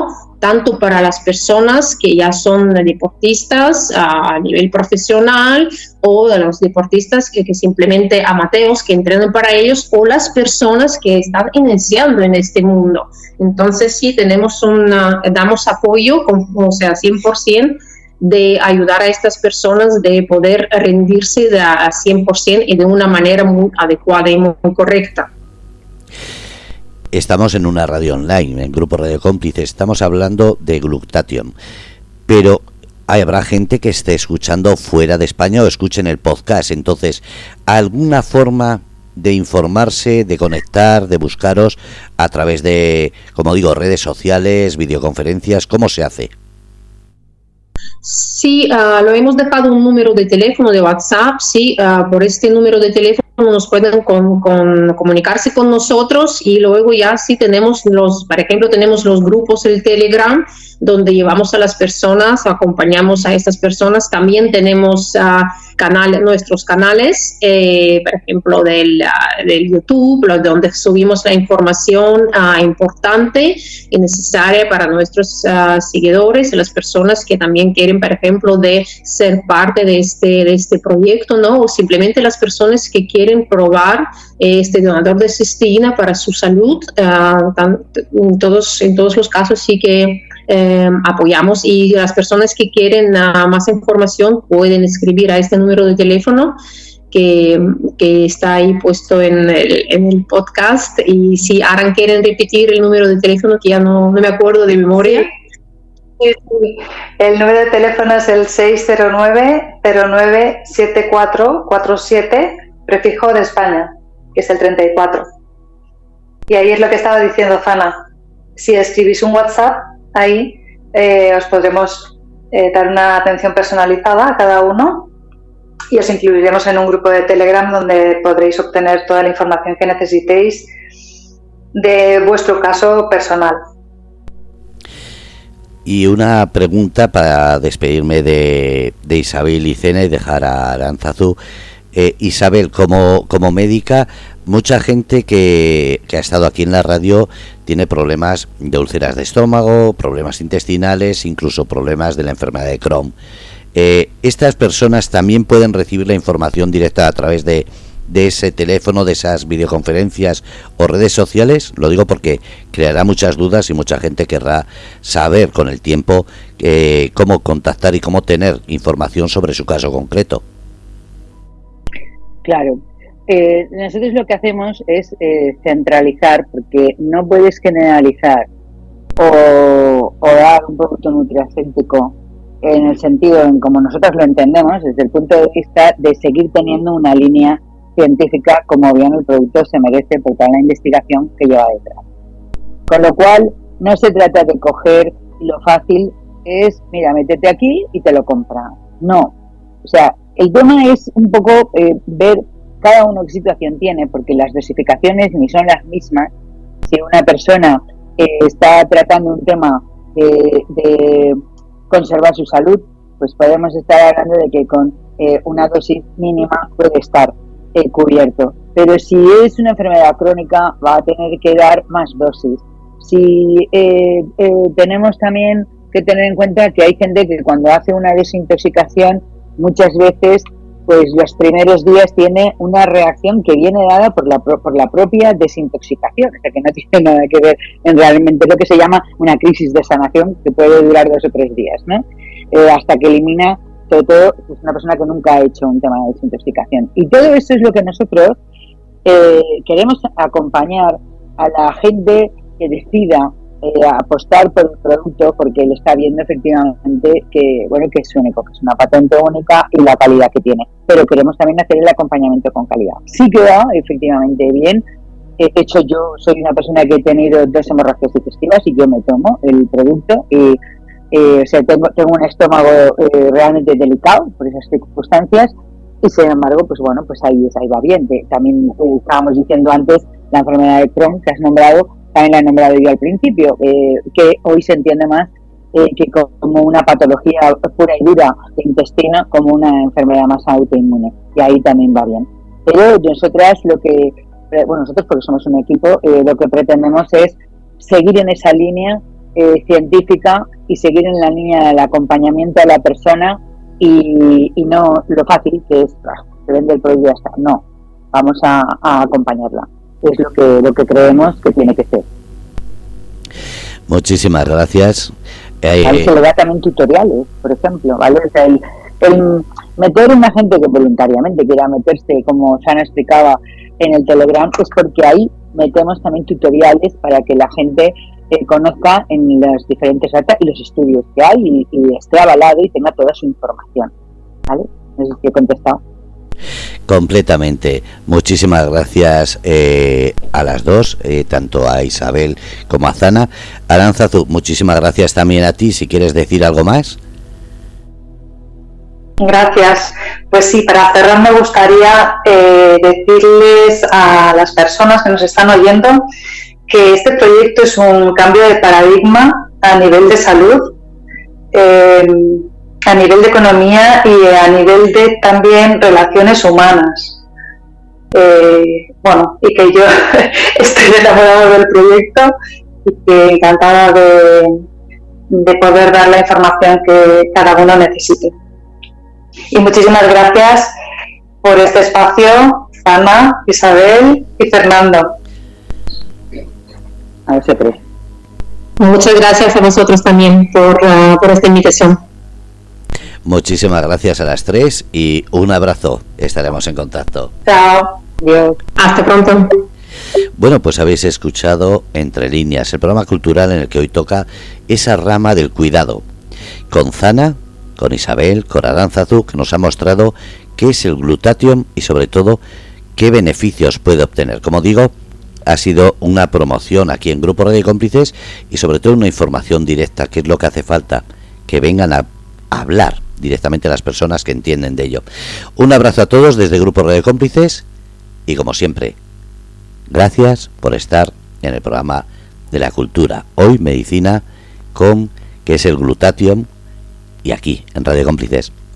tanto para las personas que ya son deportistas a nivel profesional, o de los deportistas que simplemente amateurs que entrenan para ellos, o las personas que están iniciando en este mundo. Entonces sí, damos apoyo, o sea, 100%, de ayudar a estas personas de poder rendirse a 100% y de una manera muy adecuada y muy correcta. Estamos en una radio online, en Grupo Radio Cómplices, estamos hablando de Glutathione, pero habrá gente que esté escuchando fuera de España o escuchen el podcast, entonces, ¿alguna forma de informarse, de conectar, de buscaros a través de, como digo, redes sociales, videoconferencias? ¿Cómo se hace? Sí, lo hemos dejado un número de teléfono de WhatsApp, sí, por este número de teléfono nos pueden comunicarse con nosotros, y luego ya sí tenemos por ejemplo, tenemos los grupos del Telegram, donde llevamos a las personas, acompañamos a estas personas. También tenemos nuestros canales, por ejemplo, del YouTube, donde subimos la información importante y necesaria para nuestros seguidores y las personas que también quieren, por ejemplo, de ser parte de este proyecto, ¿no? O simplemente las personas que quieren probar este donador de cistina para su salud. En todos los casos sí que apoyamos, y las personas que quieren más información pueden escribir a este número de teléfono que está ahí puesto en el podcast. Y si Aran quieren repetir el número de teléfono, que ya no me acuerdo de memoria. Sí. El número de teléfono es el 609-097447, prefijo de España, que es el 34. Y ahí es lo que estaba diciendo Fana. Si escribís un WhatsApp, ahí os podremos dar una atención personalizada a cada uno, y os incluiremos en un grupo de Telegram donde podréis obtener toda la información que necesitéis de vuestro caso personal. Y una pregunta para despedirme de Isabel Icena y dejar a Arantzazu. Isabel, como médica, mucha gente que ha estado aquí en la radio tiene problemas de úlceras de estómago, problemas intestinales, incluso problemas de la enfermedad de Crohn. ¿Estas personas también pueden recibir la información directa a través de ese teléfono, de esas videoconferencias o redes sociales? Lo digo porque creará muchas dudas y mucha gente querrá saber con el tiempo cómo contactar y cómo tener información sobre su caso concreto. Claro. Nosotros lo que hacemos es centralizar, porque no puedes generalizar o dar un producto nutracéutico en el sentido en como nosotros lo entendemos, desde el punto de vista de seguir teniendo una línea científica como bien el producto se merece por toda la investigación que lleva detrás. Con lo cual, no se trata de coger lo fácil, es, mira, métete aquí y te lo compra. No. O sea, el tema es un poco ver cada uno qué situación tiene, porque las dosificaciones ni son las mismas. Si una persona está tratando un tema de conservar su salud, pues podemos estar hablando de que con una dosis mínima puede estar cubierto. Pero si es una enfermedad crónica, va a tener que dar más dosis. Si tenemos también que tener en cuenta que hay gente que cuando hace una desintoxicación, muchas veces pues los primeros días tiene una reacción que viene dada por la propia desintoxicación, o sea que no tiene nada que ver en realmente lo que se llama una crisis de sanación, que puede durar 2 o 3 días, ¿no? Hasta que elimina todo, es una persona que nunca ha hecho un tema de desintoxicación. Y todo eso es lo que nosotros queremos acompañar a la gente que decida apostar por el producto, porque él está viendo efectivamente que es único, que es una patente única y la calidad que tiene. Pero queremos también hacer el acompañamiento con calidad. Sí que va efectivamente bien. De hecho, yo soy una persona que he tenido 2 hemorragias digestivas y yo me tomo el producto y tengo un estómago realmente delicado por esas circunstancias, y sin embargo, pues ahí va bien. También estábamos diciendo antes la enfermedad de Crohn que has nombrado, también la he nombrado yo al principio, que hoy se entiende más que como una patología pura y dura de intestino, como una enfermedad más autoinmune, y ahí también va bien. Pero nosotras nosotros porque somos un equipo, lo que pretendemos es seguir en esa línea científica y seguir en la línea del acompañamiento a la persona y no lo fácil que es, se vende el producto y ya está. No, vamos a acompañarla. Es lo que creemos que tiene que ser. Muchísimas gracias. Ahí se le da también tutoriales, por ejemplo, ¿vale? O sea, el meter a una gente que voluntariamente quiera meterse, como Sana explicaba, en el Telegram, es porque ahí metemos también tutoriales para que la gente conozca en las diferentes datas y los estudios que hay y esté avalado y tenga toda su información, ¿vale? No sé si he contestado. Completamente. Muchísimas gracias a las dos, tanto a Isabel como a Zana. Arantzazu, muchísimas gracias también a ti. Si quieres decir algo más. Gracias. Pues sí, para cerrar me gustaría decirles a las personas que nos están oyendo que este proyecto es un cambio de paradigma a nivel de salud, a nivel de economía y a nivel de también relaciones humanas. Bueno, y que yo estoy enamorada del proyecto y que encantada de poder dar la información que cada uno necesite. Y muchísimas gracias por este espacio, Ana, Isabel y Fernando. A vosotros. Muchas gracias a vosotros también por esta invitación. Muchísimas gracias a las tres y un abrazo. Estaremos en contacto. Chao. Adiós. Hasta pronto. Bueno, pues habéis escuchado Entre Líneas, el programa cultural en el que hoy toca esa rama del cuidado, con Zana, con Isabel, con Arantzazu, que nos ha mostrado qué es el glutatión y sobre todo qué beneficios puede obtener. Como digo, ha sido una promoción aquí en Grupo Radio Cómplices y sobre todo una información directa, que es lo que hace falta, que vengan a hablar directamente a las personas que entienden de ello. Un abrazo a todos desde Grupo Radio Cómplices y como siempre, gracias por estar en el programa de la cultura. Hoy medicina con qué es el glutatión y aquí en Radio Cómplices.